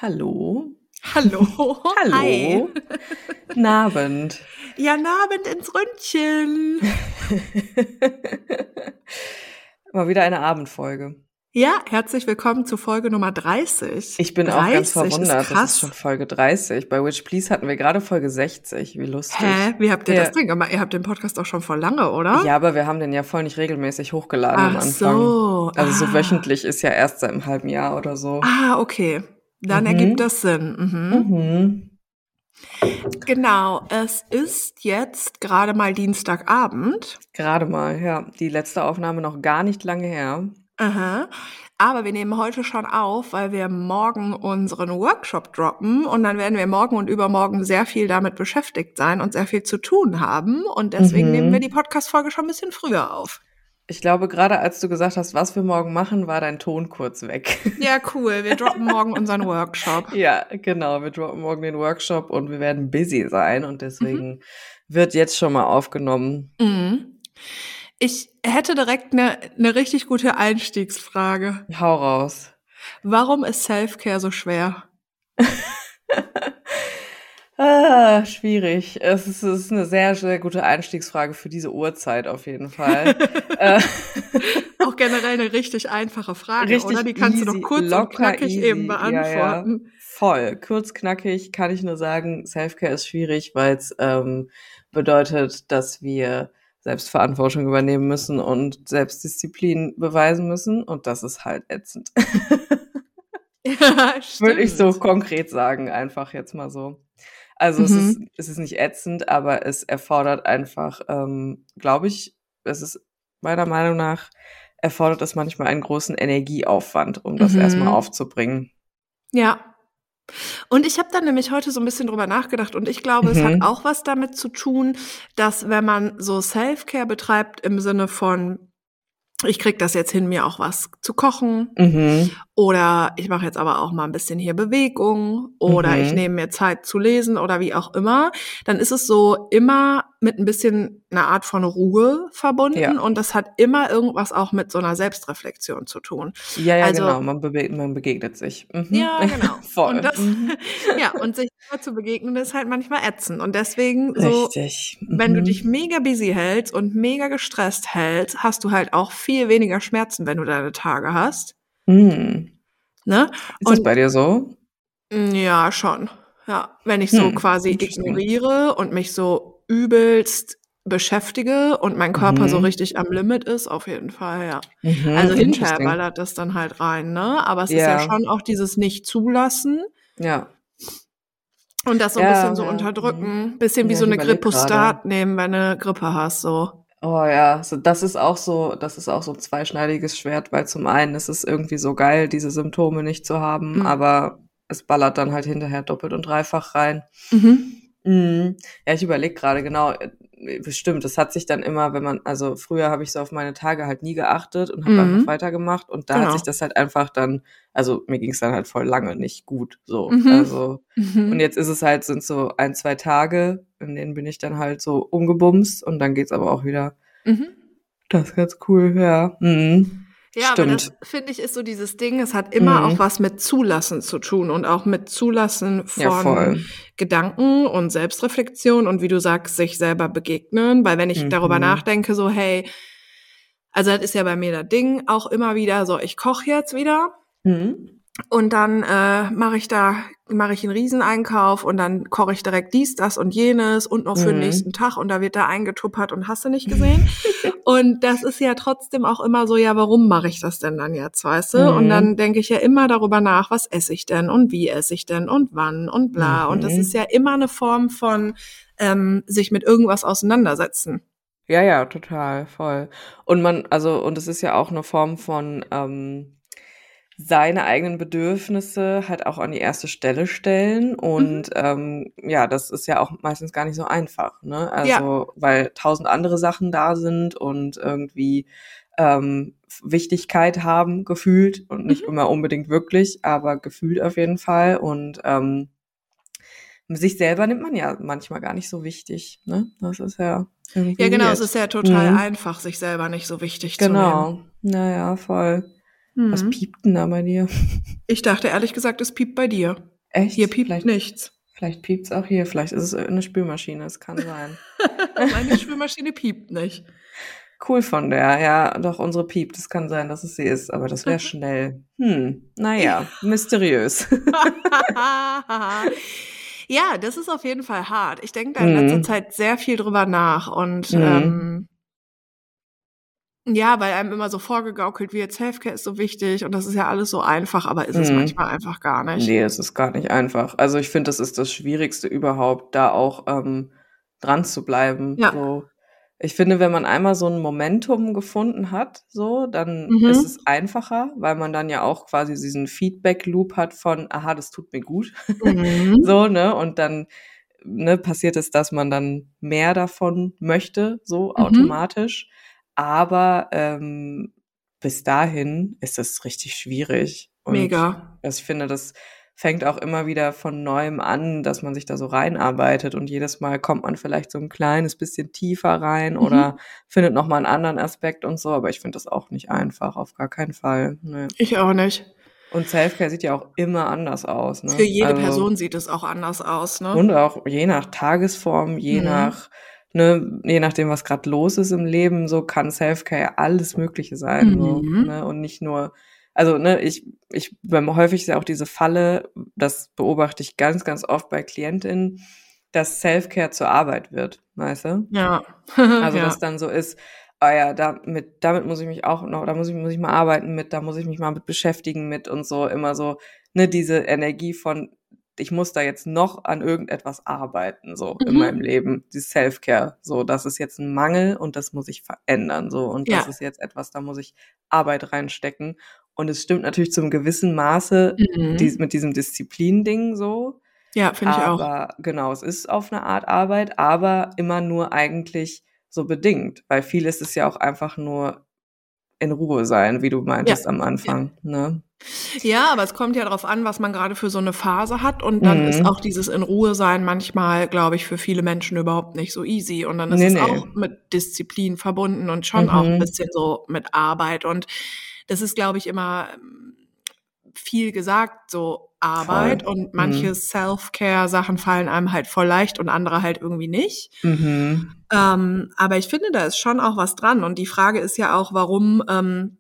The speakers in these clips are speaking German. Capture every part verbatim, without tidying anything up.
Hallo. Hallo. Hallo. Hi. Guten Abend. Ja, 'n Abend ins Ründchen. Mal wieder eine Abendfolge. Ja, herzlich willkommen zu Folge Nummer dreißig. Ich bin auch ganz dreißig ist verwundert, das ist schon krass. Folge dreißig. Bei Which Please hatten wir gerade Folge sechzig. Wie lustig. Hä? Wie habt ihr das Ja. denn gemacht? Ihr habt den Podcast doch schon vor lange, oder? Ja, aber wir haben den ja voll nicht regelmäßig hochgeladen am Ach Anfang. so. Also so Ah. wöchentlich ist ja erst seit einem halben Jahr oder so. Ah, okay. Dann ergibt Mhm. das Sinn. Mhm. Mhm. Genau, es ist jetzt gerade mal Dienstagabend. Gerade mal, ja. Die letzte Aufnahme noch gar nicht lange her. Aha. Aber wir nehmen heute schon auf, weil wir morgen unseren Workshop droppen und dann werden wir morgen und übermorgen sehr viel damit beschäftigt sein und sehr viel zu tun haben und deswegen Mhm. nehmen wir die Podcast-Folge schon ein bisschen früher auf. Ich glaube, gerade als du gesagt hast, was wir morgen machen, war dein Ton kurz weg. Ja, cool. Wir droppen morgen unseren Workshop. Ja, genau. Wir droppen morgen den Workshop und wir werden busy sein und deswegen Mhm. wird jetzt schon mal aufgenommen. Mhm. Ich hätte direkt eine ne richtig gute Einstiegsfrage. Hau raus. Warum ist Self-Care so schwer? Ah, schwierig. Es ist, es ist eine sehr, sehr gute Einstiegsfrage für diese Uhrzeit auf jeden Fall. äh, Auch generell eine richtig einfache Frage, Richtig oder? Die kannst du doch easy, kurz und locker knackig easy. eben Ja, ja, beantworten. voll. Kurz, knackig kann ich nur sagen, Self-Care ist schwierig, weil es ähm, bedeutet, dass wir Selbstverantwortung übernehmen müssen und Selbstdisziplin beweisen müssen und das ist halt ätzend. Ja, Würde ich so stimmt. konkret sagen, einfach jetzt mal so. Also es ist Mhm. es ist nicht ätzend, aber es erfordert einfach, ähm, glaube ich, es ist meiner Meinung nach erfordert es manchmal einen großen Energieaufwand, um das erst mal Mhm. aufzubringen. Ja. Und ich habe dann nämlich heute so ein bisschen drüber nachgedacht und ich glaube, es hat Mhm. auch was damit zu tun, dass wenn man so Self-Care betreibt im Sinne von: „Ich kriege das jetzt hin, mir auch was zu kochen“ Mhm. oder „ich mache jetzt aber auch mal ein bisschen hier Bewegung“ oder „ich Mhm. nehme mir Zeit zu lesen“ oder wie auch immer, dann ist es so immer mit ein bisschen einer Art von Ruhe verbunden Ja. und das hat immer irgendwas auch mit so einer Selbstreflexion zu tun. Ja, ja, Also genau. Man bebe man begegnet sich. Mhm. ja, genau. Und Voll. das Mhm. ja, und sich selber zu begegnen, ist halt manchmal ätzend. Und deswegen so, Richtig. wenn du dich Mhm. mega busy hältst und mega gestresst hältst, hast du halt auch viel weniger Schmerzen, wenn du deine Tage hast, Mhm. ne? Ist das bei Und dir so? hm, ja, schon. Ja, wenn ich so Hm, quasi interesting. ignoriere und mich so übelst beschäftige und mein Körper so Mhm. richtig am Limit ist, auf jeden Fall, ja. Mhm, Also, hinterher interesting. ballert das dann halt rein, ne? Aber es ist ja Ja, schon auch dieses Nicht-Zulassen ja. und das so 'n Ja, bisschen so ja, mhm. unterdrücken, bisschen wie Ja, so ich 'ne überlege grade. Gripostat nehmen, wenn du Grippe hast, so. Oh ja, so das ist auch so das ist auch so 'n zweischneidiges Schwert, weil zum einen ist es irgendwie so geil, diese Symptome nicht zu haben, Mhm. aber es ballert dann halt hinterher doppelt und dreifach rein. Mhm. Mhm. Ja, ich überlege grade, genau, äh, bestimmt, das hat sich dann immer, wenn man also, früher habe ich so auf meine Tage halt nie geachtet und habe einfach Mhm. weitergemacht und da hat sich Genau. das halt einfach dann also, mir ging's dann halt voll lange nicht gut, so. Mhm. Also und Mhm. jetzt ist es halt sind's so ein zwei Tage, in denen bin ich dann halt so umgebumst und dann geht's aber auch wieder. Mhm. Das ist ganz cool, ja. Mhm. Ja, aber Stimmt. das, finde ich, ist so dieses Ding, es hat immer auch Mhm. was mit Zulassen zu tun und auch mit Zulassen Ja, von voll. Gedanken und Selbstreflexion und wie du sagst, sich selber begegnen. Weil wenn ich darüber Mhm. nachdenke, so, hey, also das ist ja bei mir das Ding auch immer wieder so, ich koche jetzt wieder Mhm. und dann äh, mache ich da mache ich einen Rieseneinkauf und dann koche ich direkt dies, das und jenes und noch für den nächsten Mhm. Tag und da wird da eingetuppert und hast du nicht gesehen. Und das ist ja trotzdem auch immer so, ja, warum mache ich das denn dann jetzt, weißt du? Und dann Mhm. denke ich ja immer darüber nach, was esse ich denn und wie esse ich denn und wann und bla. Und das ist Mhm. ja immer eine Form von ähm, sich mit irgendwas auseinandersetzen. Ja, ja, total, voll. Und man also und es ist ja auch 'ne Form von, ähm, seine eigenen Bedürfnisse halt auch an die erste Stelle stellen Mhm. und, ähm, ja, das ist ja auch meistens gar nicht so einfach, ne? Ja. Also, weil tausend andere Sachen da sind und irgendwie, ähm, F Wichtigkeit haben gefühlt und nicht Mhm. immer unbedingt wirklich, aber gefühlt auf jeden Fall und, ähm, sich selber nimmt man ja manchmal gar nicht so wichtig, ne? Das ist ja Ja, irgendwie genau, es weird. ist ja total Mhm. einfach, sich selber nicht so wichtig zu nehmen. Genau. Ja, ja, voll. Was Mhm. piept 'n da bei dir? Ich dachte ehrlich gesagt, es piept bei dir. Echt? Hier piept Vielleicht, nichts. vielleicht piept's auch hier. Vielleicht ist es eine Spülmaschine. Es kann sein. Meine Spülmaschine piept nicht. Cool von der. Ja, doch, unsere piept. Es kann sein, dass es sie ist, aber das wäre schnell. Hm, naja, mysteriös. Ja, das ist auf jeden Fall hart. Ich denke da in letzter Mhm. Zeit sehr viel drüber nach und Mhm. ähm, ja, weil einem immer so vorgegaukelt wird, Selfcare ist so wichtig und das ist ja alles so einfach, aber ist es Mhm. manchmal einfach gar nicht. Nee, es ist gar nicht einfach. Also ich finde, das ist das Schwierigste überhaupt, da auch ähm, dran zu bleiben. Ja. So, ich finde, wenn man einmal so ein Momentum gefunden hat, so, dann Mhm. ist es einfacher, weil man dann ja auch quasi diesen Feedback-Loop hat von, aha, das tut mir gut. Mhm. So, ne? Und dann ne, passiert es, dass man dann mehr davon möchte, so Mhm. automatisch. Aber ähm, bis dahin ist es richtig schwierig. Und Mega. also ich finde, das fängt auch immer wieder von Neuem an, dass man sich da so reinarbeitet und jedes Mal kommt man vielleicht so ein kleines bisschen tiefer rein Mhm. oder findet nochmal einen anderen Aspekt und so, aber ich finde das auch nicht einfach, auf gar keinen Fall. Nee. Ich auch nicht. Und Selfcare sieht ja auch immer anders aus, ne? Für jede Also, Person sieht es auch anders aus, ne? und auch je nach Tagesform, je Mhm. nach, ne, je nachdem, was gerade los ist im Leben, so kann Selfcare ja alles Mögliche sein, so, Mhm. ne? Und nicht nur, also, ne, ich, ich, beim häufig ist ja auch diese Falle, das beobachte ich ganz, ganz oft bei KlientInnen, dass Selfcare zur Arbeit wird, weißt du? Ja. Also, Ja. dass dann so ist, ah ja, damit, damit muss ich mich auch noch, da muss ich, muss ich mal arbeiten mit, da muss ich mich mal mit beschäftigen mit und so, immer so, ne, diese Energie von, ich muss da jetzt noch an irgendetwas arbeiten, so in meinem Mhm. Leben, die Self-Care, so, das ist jetzt ein Mangel und das muss ich verändern, so, und das Ja. ist jetzt etwas, da muss ich Arbeit reinstecken. Und es stimmt natürlich zum gewissen Maße, dies, Mhm. mit diesem Disziplin-Ding so, Ja, finde ich auch. aber genau, es ist auf eine Art Arbeit, aber immer nur eigentlich so bedingt, weil viel ist es ja auch einfach nur in Ruhe sein, wie du Ja. meintest am Ja. Anfang, ne? Ja, aber es kommt ja drauf an, was man gerade für so eine Phase hat und dann ist auch Mhm. dieses in Ruhe sein manchmal, glaube ich, für viele Menschen überhaupt nicht so easy und dann ist Ne, es ne. auch mit Disziplin verbunden und schon auch 'n Mhm. bisschen so mit Arbeit und das ist, glaube ich, immer ähm, viel gesagt, so Arbeit Voll. und manche Mhm. Self-Care-Sachen fallen einem halt voll leicht und andere halt irgendwie nicht. Mhm. Ähm, aber ich finde, da ist schon auch was dran und die Frage ist ja auch, warum ähm,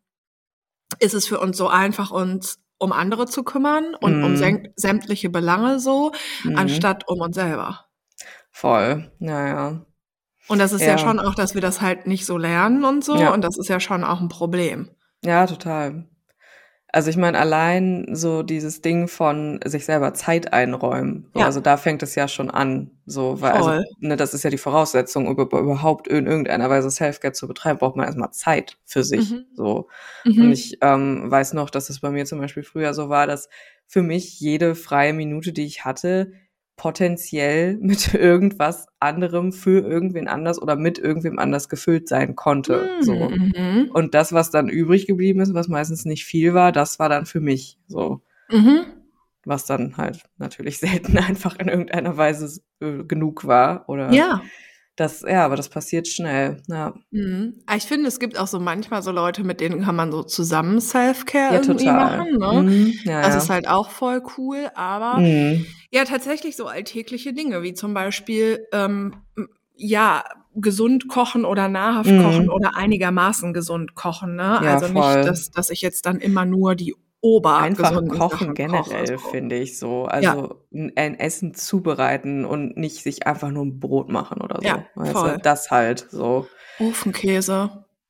ist es für uns so einfach, uns um andere zu kümmern und um Mhm. säm sämtliche Belange so, Mhm. anstatt um uns selber. Voll. Ja, ja. Und das ist ja Ja. schon auch, dass wir das halt nicht so lernen und so Ja. und das ist ja schon auch 'n Problem. Ja, total. Also ich meine, allein so dieses Ding von sich selber Zeit einräumen, so, also Ja, da fängt es ja schon an, so, weil also, voll. ne, das ist ja die Voraussetzung, um über überhaupt in irgendeiner Weise Self-Care zu betreiben, braucht man erst mal Zeit für sich, Mhm. so. Und Mhm. ich ähm, weiß noch, dass es bei mir zum Beispiel früher so war, dass für mich jede freie Minute, die ich hatte, potenziell mit irgendwas anderem für irgendwen anders oder mit irgendwem anders gefüllt sein konnte, so. Hm, mhm. Und das, was dann übrig geblieben ist, was meistens nicht viel war, das war dann für mich so. Mhm. Was dann halt natürlich selten einfach in irgendeiner Weise äh, genug war oder Ja. das, ja, aber das passiert schnell, ja. Mhm. Ah, ich finde, es gibt auch so manchmal so Leute, mit denen kann man so zusammen Self-Care Ja, irgendwie total. machen, ne? Mhm, ja, Das ist ja. halt auch voll cool, aber Mhm. ja, tatsächlich so alltägliche Dinge, wie zum Beispiel, ähm, m ja, gesund kochen oder nahrhaft kochen Mhm. oder einigermaßen gesund kochen, ne? Ja, Also nicht, voll. dass dass ich jetzt dann immer nur die Einfach obergesunden kochen Sachen koche, generell, so. finde ich so. Ja, Also, 'n ein Essen zubereiten und nicht sich einfach nur 'n Brot machen oder ja, so, weißt du? voll. Das halt so. Ofenkäse.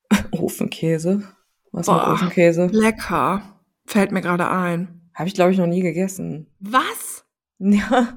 Ofenkäse? Was mit Boah, Ofenkäse? lecker. Fällt mir grade ein. Habe ich, glaube ich, noch nie gegessen. Was? Ja.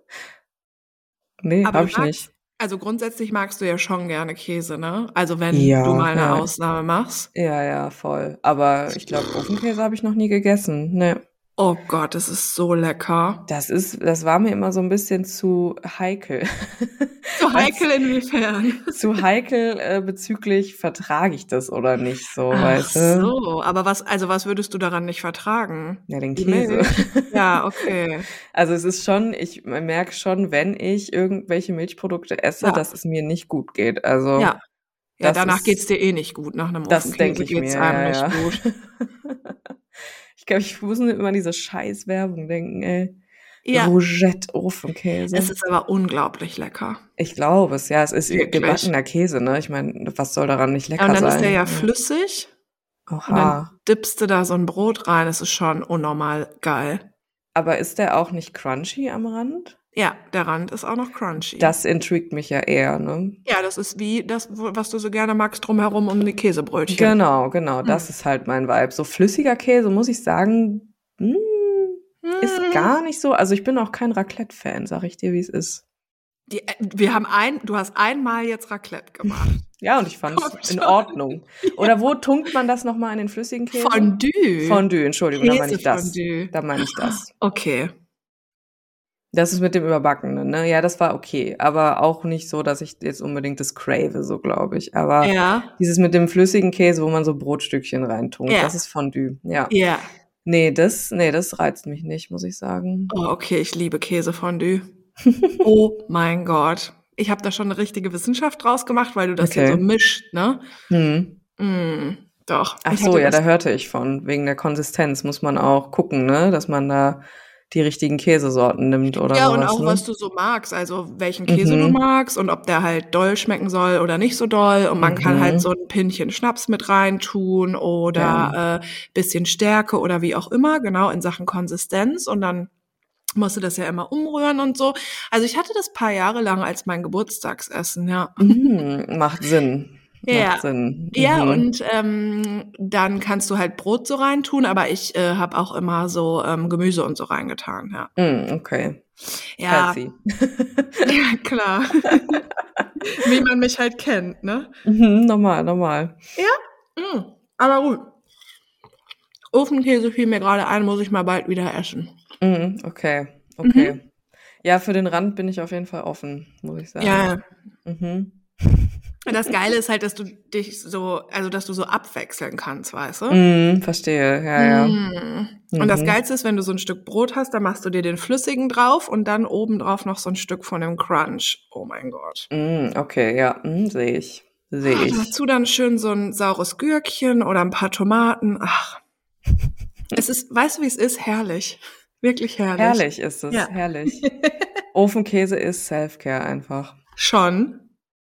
Ne, Aber habe du ich magst nicht. also grundsätzlich magst du ja schon gerne Käse, ne? Also wenn du Ja, mal 'ne ja. Ausnahme machst. Ja, ja, voll. Aber ich glaube, Ofenkäse habe ich noch nie gegessen. Ne. Oh Gott, das ist so lecker. Das ist das war mir immer so 'n bisschen zu heikel. So Als heikel inwiefern? zu heikel, äh, bezüglich vertrage ich das oder nicht so, Ach weißt du? so, aber was also was würdest du daran nicht vertragen? Ja, den Die Käse. Milch? Ja, okay. Also, es ist schon ich merke schon, wenn ich irgendwelche Milchprodukte esse, Ja, dass es mir nicht gut geht. Also, ja. Ja, das danach geht's ist dir eh nicht gut. Nach 'nem das denke Ofenkäse ich geht's mir, einem ja, nicht ja. gut. Ich glaube, ich muss nur immer an diese Scheiß-Werbung denken, ey. Ja. Rougette-Ofenkäse. Es ist aber unglaublich lecker. Ich glaube es, ja. Es ist Wirklich. gebackener Käse, ne? Ich meine, was soll daran nicht lecker Ja, und dann sein? ist der ja Ja. flüssig und dann Oha. dippst du da so ein Brot rein. Das ist schon unnormal geil. Aber ist der auch nicht crunchy am Rand? Ja, der Rand ist auch noch crunchy. Das intrigued mich ja eher, ne? Ja, das ist wie das, wo- was du so gerne magst, drumherum um die Käsebrötchen. Genau, genau. Das Hm. ist halt mein Vibe. So flüssiger Käse, muss ich sagen, mm, ist Hm. gar nicht so. Also ich bin auch kein Raclette-Fan, sag ich dir, wie es ist. Die, äh, wir haben ein, du hast einmal jetzt Raclette gemacht. Ja, und ich fand Komm es in schon. Ordnung. Oder wo tunkt man das nochmal in den flüssigen Käse? Fondue. Fondue, Entschuldigung, da meine ich das. Käsefondue. Da meine ich das. Okay. Das ist mit dem Überbackenen, ne? Ja, das war okay. Aber auch nicht so, dass ich jetzt unbedingt das crave, so glaube ich. Aber Ja. dieses mit dem flüssigen Käse, wo man so Brotstückchen reintunkt, Ja. das ist Fondue, ja. Ja. Nee, das, nee, das reizt mich nicht, muss ich sagen. Oh, okay, ich liebe Käsefondue. Oh mein Gott. Ich habe da schon eine richtige Wissenschaft draus gemacht, weil du das Okay. ja so mischt, ne? Hm. Mm, doch. Ach Ich so, hatte ja, das, da hörte ich von. Wegen der Konsistenz muss man auch gucken, ne? Dass man da die richtigen Käsesorten nimmt oder ja, und sowas, auch ne? was du so magst, also welchen Käse Mhm. du magst und ob der halt doll schmecken soll oder nicht so doll. Und man kann Mhm. halt so ein Pinnchen Schnaps mit reintun oder äh, bisschen Stärke oder wie auch immer, genau in Sachen Konsistenz. Und dann musst du das ja immer umrühren und so. Also ich hatte das paar Jahre lang als mein Geburtstagsessen, ja. Mhm. Macht Sinn. Ja. Macht Sinn. Ja, Mhm. und ähm, dann kannst du halt Brot so reintun, aber ich äh, habe auch immer so ähm, Gemüse und so reingetan, ja. Mhm, okay. Ja, Fancy. ja, klar. Wie man mich halt kennt, ne? Mhm, normal, normal. Mm, aber gut. Ofenkäse fiel mir gerade ein, muss ich mal bald wieder essen. Mhm, okay, okay. Ja, für den Rand bin ich auf jeden Fall offen, muss ich sagen. Ja, Mhm. und das Geile ist halt, dass du dich so, also dass du so abwechseln kannst, weißt du? Mhm, verstehe, ja, ja. Mm. Und das Mhm. Geilste ist, wenn du so ein Stück Brot hast, dann machst du dir den flüssigen drauf und dann obendrauf noch so ein Stück von dem Crunch. Oh mein Gott. Mhm, okay, ja, mhm, sehe ich. Sehe Ach, ich. dazu dann schön so ein saures Gürkchen oder ein paar Tomaten. Ach, es ist, weißt du, wie es ist? Herrlich. Wirklich herrlich. Herrlich ist es, Ja. herrlich. Ofenkäse ist Self-Care einfach. Schon.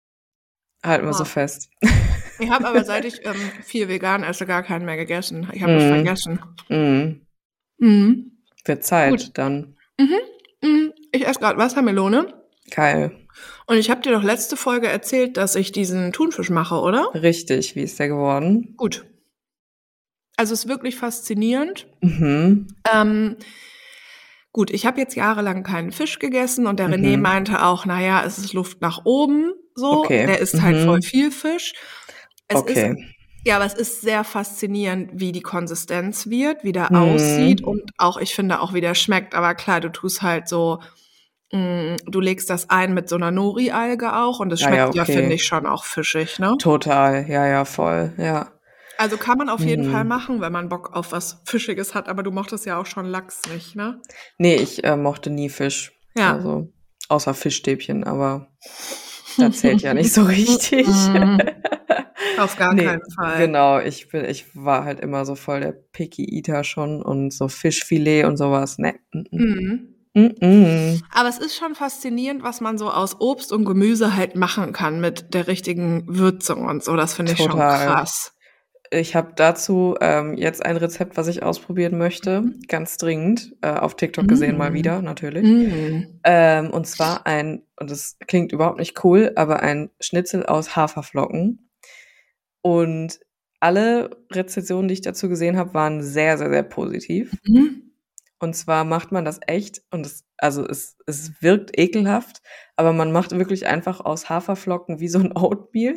Halten wir so Ah. fest. Ich habe aber, seit ich ähm, viel vegan esse, gar keinen mehr gegessen. Ich habe das Mm. vergessen. Mhm. Mhm. Wird Zeit Gut. dann. Mhm. Ich esse gerade Wassermelone. Geil. Und ich habe dir doch letzte Folge erzählt, dass ich diesen Thunfisch mache, oder? Richtig, wie ist der geworden? Gut. Also es ist wirklich faszinierend. Mhm. Ähm, gut, ich habe jetzt jahrelang keinen Fisch gegessen und der René Mhm. meinte auch, naja, es ist Luft nach oben so. Okay. Der isst halt Mhm. voll viel Fisch. Es Okay. ist, ja, aber es ist sehr faszinierend, wie die Konsistenz wird, wie der Mhm. aussieht und auch, ich finde, auch wie der schmeckt. Aber klar, du tust halt so, mh, du legst das ein mit so einer Nori-Alge auch und es Ja, schmeckt ja, ja, okay. finde ich, schon auch fischig, ne? Total, ja, ja, voll, ja. Also kann man auf jeden Mhm. Fall machen, wenn man Bock auf was Fischiges hat, aber du mochtest ja auch schon Lachs nicht, ne? Nee, ich äh, mochte nie Fisch. Ja. Also, außer Fischstäbchen, aber das zählt ja nicht so richtig. Mhm. Auf gar Nee, keinen Fall. genau, ich bin, ich war halt immer so voll der Picky Eater schon und so Fischfilet und sowas. Ne. Mhm. Mhm. Aber es ist schon faszinierend, was man so aus Obst und Gemüse halt machen kann mit der richtigen Würzung und so. Das finde ich schon Total. krass. Ich habe dazu ähm, jetzt ein Rezept, was ich ausprobieren möchte, Mhm. ganz dringend, äh, auf TikTok gesehen mal Mhm. wieder, natürlich. Mhm. Ähm, und zwar ein, und das klingt überhaupt nicht cool, aber ein Schnitzel aus Haferflocken. Und alle Rezensionen, die ich dazu gesehen habe, waren sehr, sehr, sehr positiv. Mhm. Und zwar macht man das echt, und es, also es, es wirkt ekelhaft, aber man macht wirklich einfach aus Haferflocken wie so ein Oatmeal.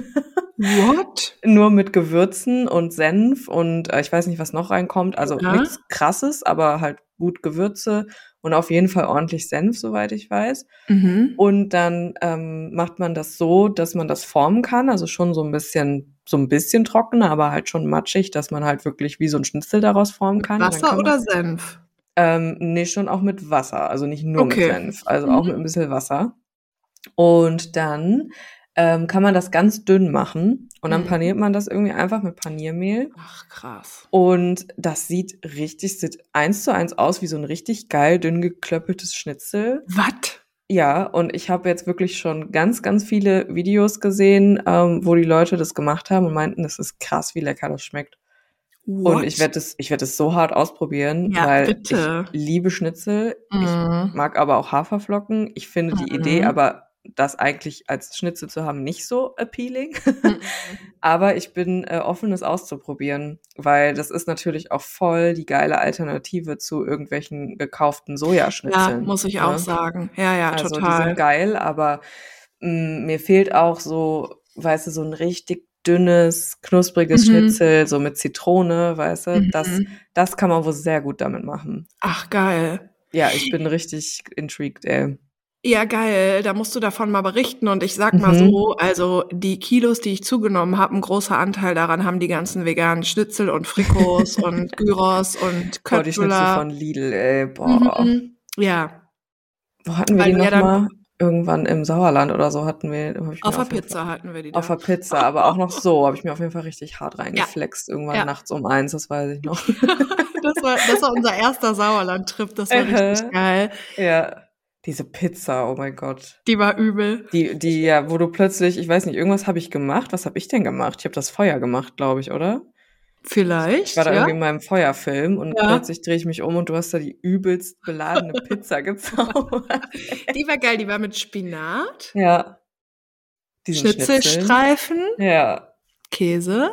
What? Nur mit Gewürzen und Senf und äh, ich weiß nicht, was noch reinkommt. Also Ja. nichts Krasses, aber halt gut Gewürze und auf jeden Fall ordentlich Senf, soweit ich weiß. Mhm. Und dann ähm, macht man das so, dass man das formen kann, also schon so ein bisschen, so ein bisschen trockener, aber halt schon matschig, dass man halt wirklich wie so ein Schnitzel daraus formen kann. Und dann Wasser kann man, oder Senf? ähm, nee, schon auch mit Wasser, also nicht nur Okay. mit Senf, also auch mit ein bisschen Wasser. Und dann ähm, kann man das ganz dünn machen Und dann Mhm. paniert man das irgendwie einfach mit Paniermehl. Ach, krass. Und das sieht richtig, sieht eins zu eins aus wie so ein richtig geil dünn geklöppeltes Schnitzel. Was? Ja, und ich habe jetzt wirklich schon ganz, ganz viele Videos gesehen, ähm, wo die Leute das gemacht haben und meinten, das ist krass, wie lecker das schmeckt. What? Und ich werde das, ich werde das so hart ausprobieren, Ja, weil bitte. ich liebe Schnitzel. Mhm. Ich mag aber auch Haferflocken. Ich finde die Mhm. Idee, aber das eigentlich als Schnitzel zu haben, nicht so appealing. Mhm. Aber ich bin äh, offen, das auszuprobieren, weil das ist natürlich auch voll die geile Alternative zu irgendwelchen gekauften Ja, Sojaschnitzeln. muss ich auch Ne? sagen. Ja, ja, Also die total. sind geil, aber mh, mir fehlt auch so, weißt du, so ein richtig dünnes, knuspriges Mhm. Schnitzel, so mit Zitrone, weißt du, das, Mhm. das kann man wohl sehr gut damit machen. Ach, geil. Ja, ich bin richtig intrigued, ey. Ja, geil. Da musst du davon mal berichten. Und ich sag mal Mhm. so, also die Kilos, die ich zugenommen habe, ein großer Anteil daran haben die ganzen veganen Schnitzel und Frikos und Gyros und Boah, die Schnitzel Köttbullar. von Lidl, ey, boah. Mhm. Ja, Wo hatten wir weil die du ja dann nochmal? Irgendwann im Sauerland oder so hatten wir, hab ich mir auf der auf jeden Pizza Fall, hatten wir die auf da. der Pizza, aber auch noch so, habe ich mir auf jeden Fall richtig hart Ja, reingeflext, irgendwann ja. nachts um eins, das weiß ich noch. Das war, das war unser erster Sauerland-Trip. Das war richtig Äh, geil. ja, diese Pizza, oh mein Gott. Die war übel. Die, die, ja, wo du plötzlich, ich weiß nicht, irgendwas habe ich gemacht. Was habe ich denn gemacht? Ich habe das Feuer gemacht, glaube ich, oder? Ich war Vielleicht, da ja. irgendwie in meinem Feuerfilm und Ja. plötzlich drehe ich mich um und du hast da die übelst beladene Pizza gezaubert. Die war geil. Die war mit Spinat, Ja. Diesen Schnitzeln. Schnitzelstreifen, Ja. Käse,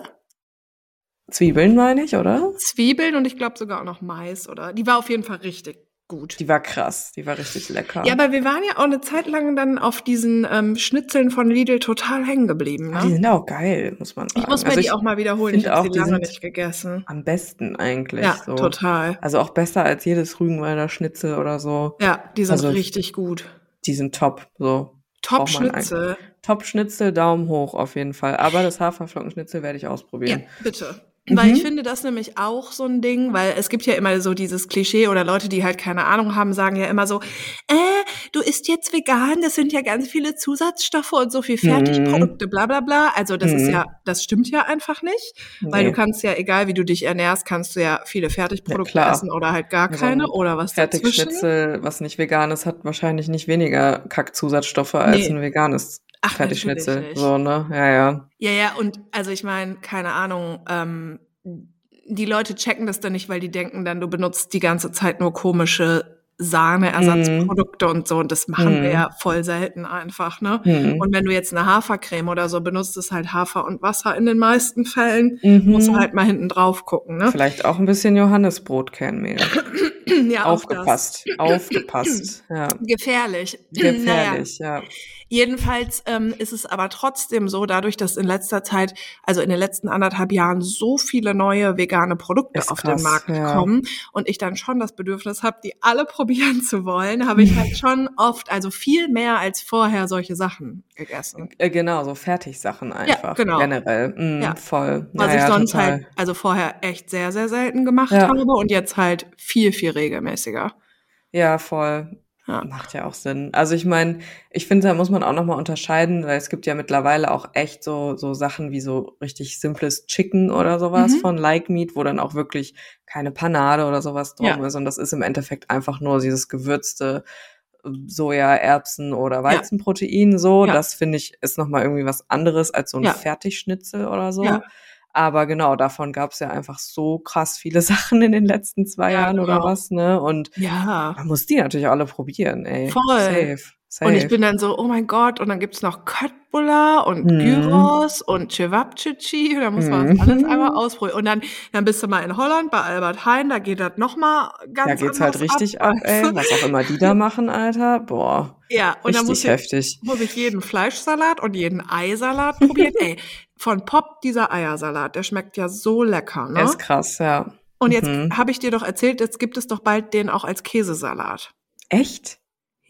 Zwiebeln meine ich, oder? Zwiebeln und ich glaube sogar auch noch Mais, oder? Die war auf jeden Fall richtig gut. Die war krass, die war richtig lecker. Ja, aber wir waren ja auch eine Zeit lang dann auf diesen ähm, Schnitzeln von Lidl total hängen geblieben, Aber die ne? sind auch geil, muss man sagen. Ich muss mir Also die ich auch mal wiederholen. Ich finde habe auch, sie die lange sind nicht gegessen. am besten eigentlich Ja, so. total. Also auch besser als jedes Rügenwalder Schnitzel oder so. Ja, die sind Also richtig gut. die sind top, so. Top Braucht man eigentlich. Schnitzel. Top Schnitzel, Daumen hoch auf jeden Fall. Aber das Haferflockenschnitzel werde ich Ja, ausprobieren. bitte. Mhm. Weil ich finde das nämlich auch so ein Ding, weil es gibt ja immer so dieses Klischee oder Leute, die halt keine Ahnung haben, sagen ja immer so, äh, du isst jetzt vegan, das sind ja ganz viele Zusatzstoffe und so viel Fertigprodukte, bla bla bla. Also das ist Mhm. ja, das stimmt ja einfach nicht, weil du Nee. kannst ja, egal wie du dich ernährst, kannst du ja viele Ja, Fertigprodukte klar. essen oder halt gar So keine ein oder was dazwischen. Fertigschnitzel, was nicht vegan ist, hat wahrscheinlich nicht weniger Kackzusatzstoffe als Nee. ein veganes Ach, Fertigschnitzel. natürlich nicht. So, ne? Ja, ja. Ja, ja, und also ich meine, keine Ahnung, ähm, die Leute checken das dann nicht, weil die denken dann, du benutzt die ganze Zeit nur komische Sahneersatzprodukte Mhm. und so. Und das machen wir Mhm. ja voll selten einfach, ne? Mhm. Und wenn du jetzt eine Hafercreme oder so benutzt, ist halt Hafer und Wasser in den meisten Fällen. Musst du Mhm. halt mal hinten drauf gucken, ne? Vielleicht auch ein bisschen Johannisbrotkernmehl. Ja, auch das. Aufgepasst, aufgepasst. Ja. Gefährlich. Naja, Gefährlich, ja. jedenfalls ähm, ist es aber trotzdem so, dadurch, dass in letzter Zeit, also in den letzten anderthalb Jahren, so viele neue vegane Produkte Ist auf den krass, Markt ja. kommen und ich dann schon das Bedürfnis habe, die alle probieren zu wollen, habe ich halt schon oft, also viel mehr als vorher, solche Sachen gegessen. Äh, Genau, so Fertigsachen einfach. genau. Generell. Mhm, Ja. voll. Was ja, ich ja, sonst total. halt, also vorher echt sehr, sehr selten gemacht Ja. habe und jetzt halt viel, viel regelmäßiger. Ja, voll. Ja. Macht ja auch Sinn. Also ich meine, ich finde, da muss man auch nochmal unterscheiden, weil es gibt ja mittlerweile auch echt so so Sachen wie so richtig simples Chicken oder sowas Mhm. von Like Meat, wo dann auch wirklich keine Panade oder sowas drum Ja. ist. Und das ist im Endeffekt einfach nur dieses gewürzte äh, Soja, Erbsen oder Ja. Weizenprotein so. Ja. Das finde ich ist nochmal irgendwie was anderes als so ein Ja. Fertigschnitzel oder so. Ja. Aber genau, davon gab es ja einfach so krass viele Sachen in den letzten zwei Ja, Jahren oder genau. was, ne? Und Ja. man muss die natürlich alle probieren, ey. Voll. Safe, safe. Und ich bin dann so, oh mein Gott, und dann gibt's noch Köttbullar und Mhm. Gyros und Cevapcici, und dann muss man das alles einmal Mhm. ausprobieren. Und dann, dann bist du mal in Holland bei Albert Heijn, da geht das noch mal Da ganz geht's halt anders richtig ab. ab, ey. Was auch immer die da machen, Alter. Boah, Ja, und dann muss richtig ich, heftig. muss ich jeden Fleischsalat und jeden Eisalat probieren. Ey, von Pop dieser Eiersalat, der schmeckt ja so lecker, Er ist ne? krass, ja. Und jetzt Mhm. habe ich dir doch erzählt, jetzt gibt es doch bald den auch als Käsesalat. Echt?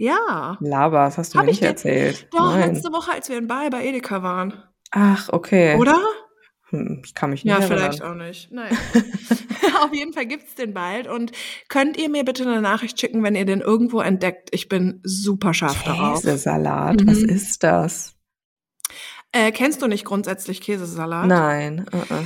Ja. Laber, das hast du Hab mir ich nicht dir, erzählt. doch, Nein. letzte Woche, als wir in Baal bei Edeka waren. Ach, okay. Oder? Hm, ich kann mich nicht Ja, erinnern. vielleicht auch nicht. Naja. Auf jeden Fall gibt's den bald. Und könnt ihr mir bitte eine Nachricht schicken, wenn ihr den irgendwo entdeckt? Ich bin super scharf darauf. Käsesalat, was Mhm. ist das? Äh, kennst du nicht grundsätzlich Käsesalat? Nein. Uh-uh.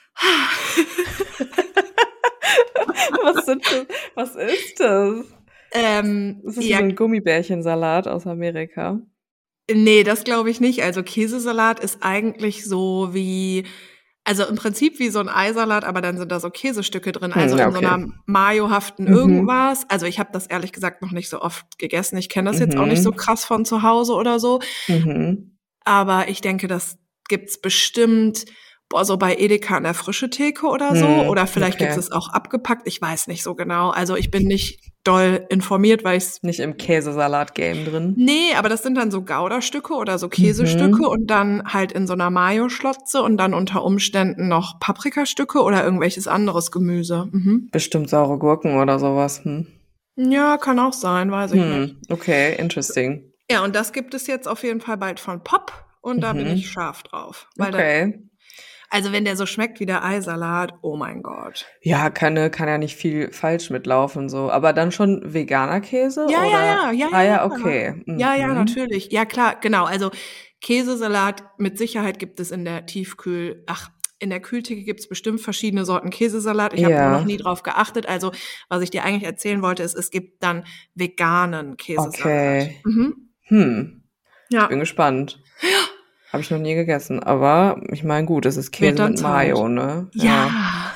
was, sind das? Was ist das? Ähm, ist das ja, wie so ein Gummibärchensalat aus Amerika? Nee, das glaube ich nicht. Also Käsesalat ist eigentlich so wie, also im Prinzip wie so ein Eisalat, aber dann sind da so Käsestücke drin, also Hm, in so okay. einer mayohaften Mhm. irgendwas. Also ich habe das ehrlich gesagt noch nicht so oft gegessen. Ich kenne das jetzt auch nicht so Mhm. krass von zu Hause oder so. Mhm. Aber ich denke, das gibt's bestimmt, boah, so bei Edeka an der Frische-Theke oder so. Hm, Oder vielleicht okay. gibt's es auch abgepackt. Ich weiß nicht so genau. Also ich bin nicht doll informiert, weil ich's Nicht im Käsesalat-Game drin. Nee, aber das sind dann so Gouda-Stücke oder so Käsestücke Mhm. und dann halt in so einer Mayo-Schlotze und dann unter Umständen noch Paprikastücke oder irgendwelches anderes Gemüse. Mhm. Bestimmt saure Gurken oder sowas. Hm. Ja, kann auch sein, weiß ich nicht. Hm. Okay, interesting. Ja, und das gibt es jetzt auf jeden Fall bald von Pop und da bin Mhm. ich scharf drauf. Weil da, Okay. also wenn der so schmeckt wie der Eisalat, oh mein Gott. Ja, kann, kann ja nicht viel falsch mitlaufen, so. Aber dann schon veganer Käse? Ja, oder? ja, ja, ja, Ah ja, ja, okay. Ja, ja, Mhm. natürlich. Ja, klar, genau. Also Käsesalat mit Sicherheit gibt es in der Tiefkühl, ach, in der Kühltheke gibt es bestimmt verschiedene Sorten Käsesalat. Ich habe Ja. nur noch nie drauf geachtet. Also was ich dir eigentlich erzählen wollte, ist, es gibt dann veganen Käsesalat. Okay. Mhm. Hm. Ja. Bin gespannt. Habe ich noch nie gegessen. Aber ich meine, gut, es ist Käse Wird dann mit Zeit. Mayo, ne? Ja.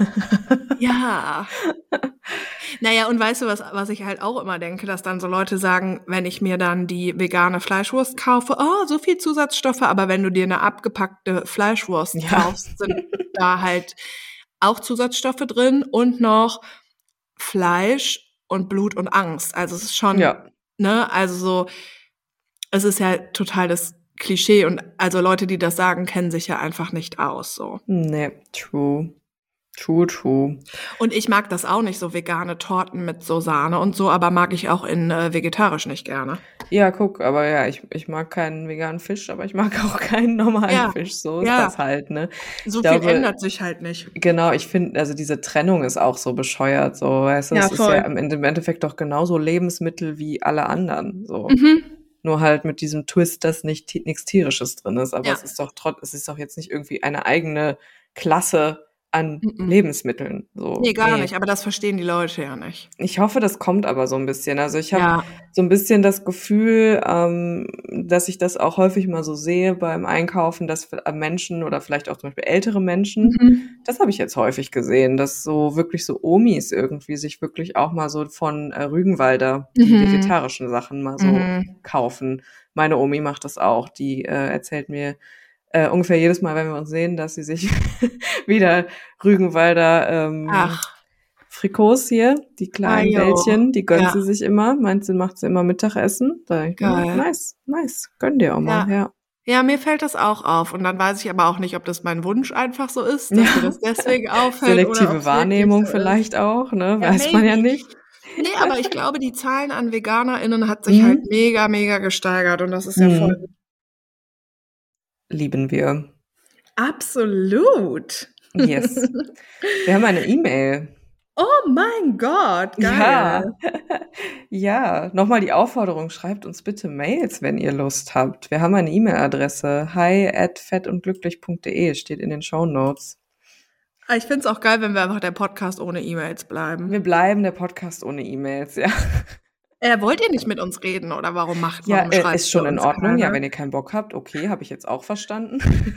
Ja. Naja, und weißt du, was, was ich halt auch immer denke, dass dann so Leute sagen, wenn ich mir dann die vegane Fleischwurst kaufe, oh, so viel Zusatzstoffe, aber wenn du dir eine abgepackte Fleischwurst Ja. kaufst, sind da halt auch Zusatzstoffe drin und noch Fleisch und Blut und Angst. Also es ist schon, Ja. ne, also so, es ist ja total das Klischee und also Leute, die das sagen, kennen sich ja einfach nicht aus, so. Nee, true. True, true. Und ich mag das auch nicht, so vegane Torten mit so Sahne und so, aber mag ich auch in äh, vegetarisch nicht gerne. Ja, guck, aber ja, ich, ich mag keinen veganen Fisch, aber ich mag auch keinen normalen Ja, Fisch. So ist ja. das halt, ne? So Ich viel glaube, ändert sich halt nicht. Genau, ich finde, also diese Trennung ist auch so bescheuert, so, weißt du, Ja, es ist voll. ja im Ende- im Endeffekt doch genauso Lebensmittel wie alle anderen, so. Mhm. Nur halt mit diesem Twist, dass nicht ti- nichts Tierisches drin ist, aber Ja. es ist doch trotz, es ist doch jetzt nicht irgendwie eine eigene Klasse an Mhm. Lebensmitteln, so. Nee, gar nicht, aber das verstehen die Leute ja nicht. Ich hoffe, das kommt aber so ein bisschen. Also ich habe Ja. so ein bisschen das Gefühl, ähm, dass ich das auch häufig mal so sehe beim Einkaufen, dass Menschen oder vielleicht auch zum Beispiel ältere Menschen, Mhm. das habe ich jetzt häufig gesehen, dass so wirklich so Omis irgendwie sich wirklich auch mal so von äh, Rügenwalder die Mhm. vegetarischen Sachen mal so Mhm. kaufen. Meine Omi macht das auch. Die äh, erzählt mir äh, ungefähr jedes Mal, wenn wir uns sehen, dass sie sich wieder Rügenwalder ähm, Ach, Frikos hier, die kleinen Ajo. Bällchen, die gönnt Ja. sie sich immer. Meint sie, macht sie immer Mittagessen. Da denk ich mir, Geil. nice, nice, gönn dir auch mal, Ja. ja. Ja, mir fällt das auch auf. Und dann weiß ich aber auch nicht, ob das mein Wunsch einfach so ist, dass Ja. mir das deswegen auffällt oder Selektive ob's Wahrnehmung wirklich so ist. vielleicht auch, ne? Ja, Weiß man ja maybe. nicht. Nee, aber ich glaube, die Zahlen an VeganerInnen hat sich halt Mhm. mega, mega gesteigert und das ist ja voll. Mhm. Lieben wir. Absolut. Yes. Wir haben eine E-Mail. Oh mein Gott, geil. Ja. Ja, nochmal die Aufforderung, schreibt uns bitte Mails, wenn ihr Lust habt. Wir haben eine E-Mail-Adresse, hi at fettundglücklich punkt de, steht in den Shownotes. Ich find's auch geil, wenn wir einfach der Podcast ohne E-Mails bleiben. Wir bleiben der Podcast ohne E-Mails, ja. Äh, wollt ihr nicht mit uns reden oder warum macht Ja, warum äh, schreibt ist schon ihr in uns Ordnung. Ja, keine? wenn ihr keinen Bock habt, okay, habe ich jetzt auch verstanden.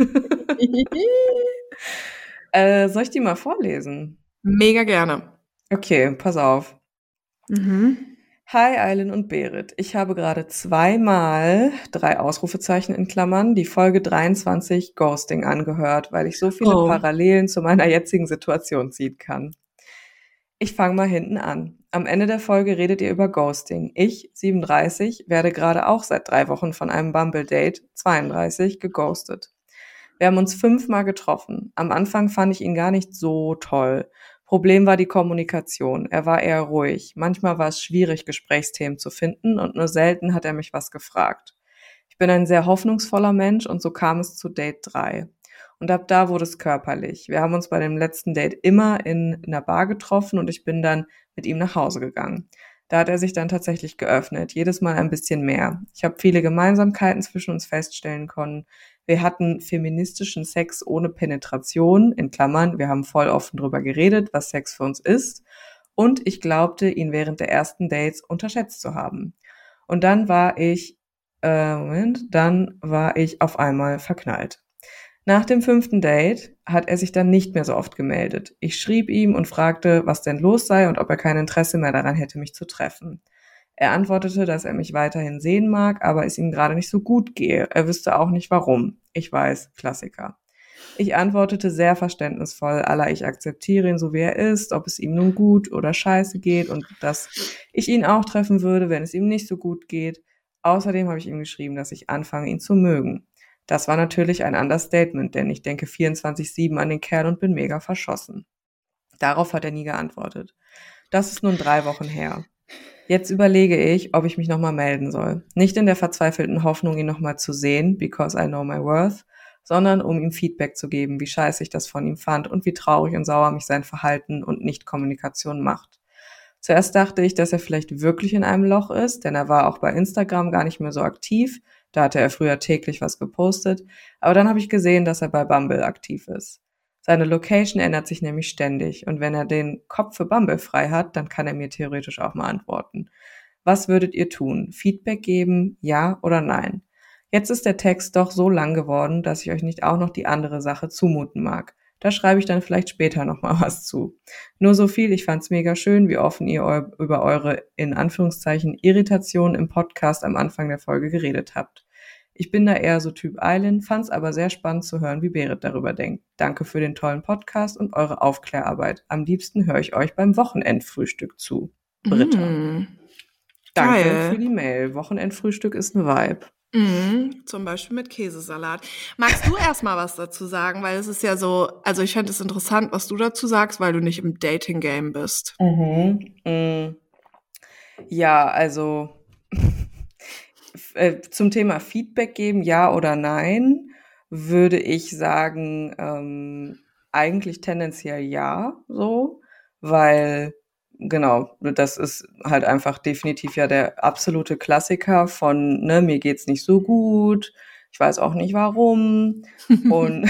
äh, soll ich die mal vorlesen? Mega gerne. Okay, pass auf. Mhm. Hi, Eileen und Berit. Ich habe gerade zweimal, drei Ausrufezeichen in Klammern, die Folge dreiundzwanzig Ghosting angehört, weil ich so viele Oh. Parallelen zu meiner jetzigen Situation ziehen kann. Ich fange mal hinten an. Am Ende der Folge redet ihr über Ghosting. Ich, siebenunddreißig, werde gerade auch seit drei Wochen von einem Bumble-Date, zweiunddreißig, geghostet. Wir haben uns fünfmal getroffen. Am Anfang fand ich ihn gar nicht so toll. Problem war die Kommunikation. Er war eher ruhig. Manchmal war es schwierig, Gesprächsthemen zu finden und nur selten hat er mich was gefragt. Ich bin ein sehr hoffnungsvoller Mensch und so kam es zu Date drei. Und ab da wurde es körperlich. Wir haben uns bei dem letzten Date immer in einer Bar getroffen und ich bin dann mit ihm nach Hause gegangen. Da hat er sich dann tatsächlich geöffnet, jedes Mal ein bisschen mehr. Ich habe viele Gemeinsamkeiten zwischen uns feststellen können. Wir hatten feministischen Sex ohne Penetration, in Klammern, wir haben voll offen drüber geredet, was Sex für uns ist. Und ich glaubte, ihn während der ersten Dates unterschätzt zu haben. Und dann war ich, äh, Moment, dann war ich auf einmal verknallt. Nach dem fünften Date hat er sich dann nicht mehr so oft gemeldet. Ich schrieb ihm und fragte, was denn los sei und ob er kein Interesse mehr daran hätte, mich zu treffen. Er antwortete, dass er mich weiterhin sehen mag, aber es ihm gerade nicht so gut gehe. Er wüsste auch nicht warum. Ich weiß, Klassiker. Ich antwortete sehr verständnisvoll, à la ich akzeptiere ihn so wie er ist, ob es ihm nun gut oder scheiße geht und dass ich ihn auch treffen würde, wenn es ihm nicht so gut geht. Außerdem habe ich ihm geschrieben, dass ich anfange, ihn zu mögen. Das war natürlich ein Understatement, denn ich denke vierundzwanzig sieben an den Kerl und bin mega verschossen. Darauf hat er nie geantwortet. Das ist nun drei Wochen her. Jetzt überlege ich, ob ich mich nochmal melden soll. Nicht in der verzweifelten Hoffnung, ihn nochmal zu sehen, because I know my worth, sondern um ihm Feedback zu geben, wie scheiße ich das von ihm fand und wie traurig und sauer mich sein Verhalten und Nicht-Kommunikation macht. Zuerst dachte ich, dass er vielleicht wirklich in einem Loch ist, denn er war auch bei Instagram gar nicht mehr so aktiv. Da hatte er früher täglich was gepostet. Aber dann habe ich gesehen, dass er bei Bumble aktiv ist. Seine Location ändert sich nämlich ständig. Und wenn er den Kopf für Bumble frei hat, dann kann er mir theoretisch auch mal antworten. Was würdet ihr tun? Feedback geben? Ja oder nein? Jetzt ist der Text doch so lang geworden, dass ich euch nicht auch noch die andere Sache zumuten mag. Da schreibe ich dann vielleicht später nochmal was zu. Nur so viel, ich fand's mega schön, wie offen ihr eu- über eure, in Anführungszeichen, Irritation im Podcast am Anfang der Folge geredet habt. Ich bin da eher so Typ Eilen, fand's aber sehr spannend zu hören, wie Berit darüber denkt. Danke für den tollen Podcast und eure Aufklärarbeit. Am liebsten höre ich euch beim Wochenendfrühstück zu. Britta. Mm. Danke Geil. für die Mail. Wochenendfrühstück ist ein Vibe. Mhm, zum Beispiel mit Käsesalat. Magst du erstmal was dazu sagen? Weil es ist ja so, also ich fände es interessant, was du dazu sagst, weil du nicht im Dating-Game bist. Mhm. Mm. Ja, also äh, zum Thema Feedback geben, ja oder nein, würde ich sagen, ähm, eigentlich tendenziell ja, so, weil genau, das ist halt einfach definitiv ja der absolute Klassiker von, ne, mir geht's nicht so gut, ich weiß auch nicht warum und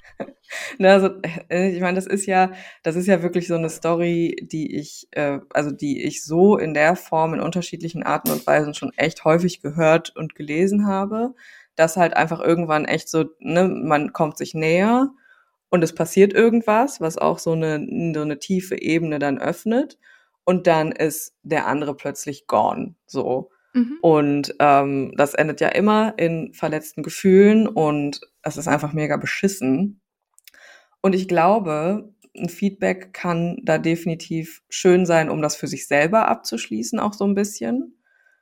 ne, also, äh, ich meine, das ist ja, das ist ja wirklich so eine Story, die ich, äh, also die ich so in der Form in unterschiedlichen Arten und Weisen schon echt häufig gehört und gelesen habe, dass halt einfach irgendwann echt so, ne, man kommt sich näher und es passiert irgendwas, was auch so eine, so eine tiefe Ebene dann öffnet und dann ist der andere plötzlich gone, so. Mhm. Und ähm, das endet ja immer in verletzten Gefühlen und es ist einfach mega beschissen. Und ich glaube, ein Feedback kann da definitiv schön sein, um das für sich selber abzuschließen, auch so ein bisschen.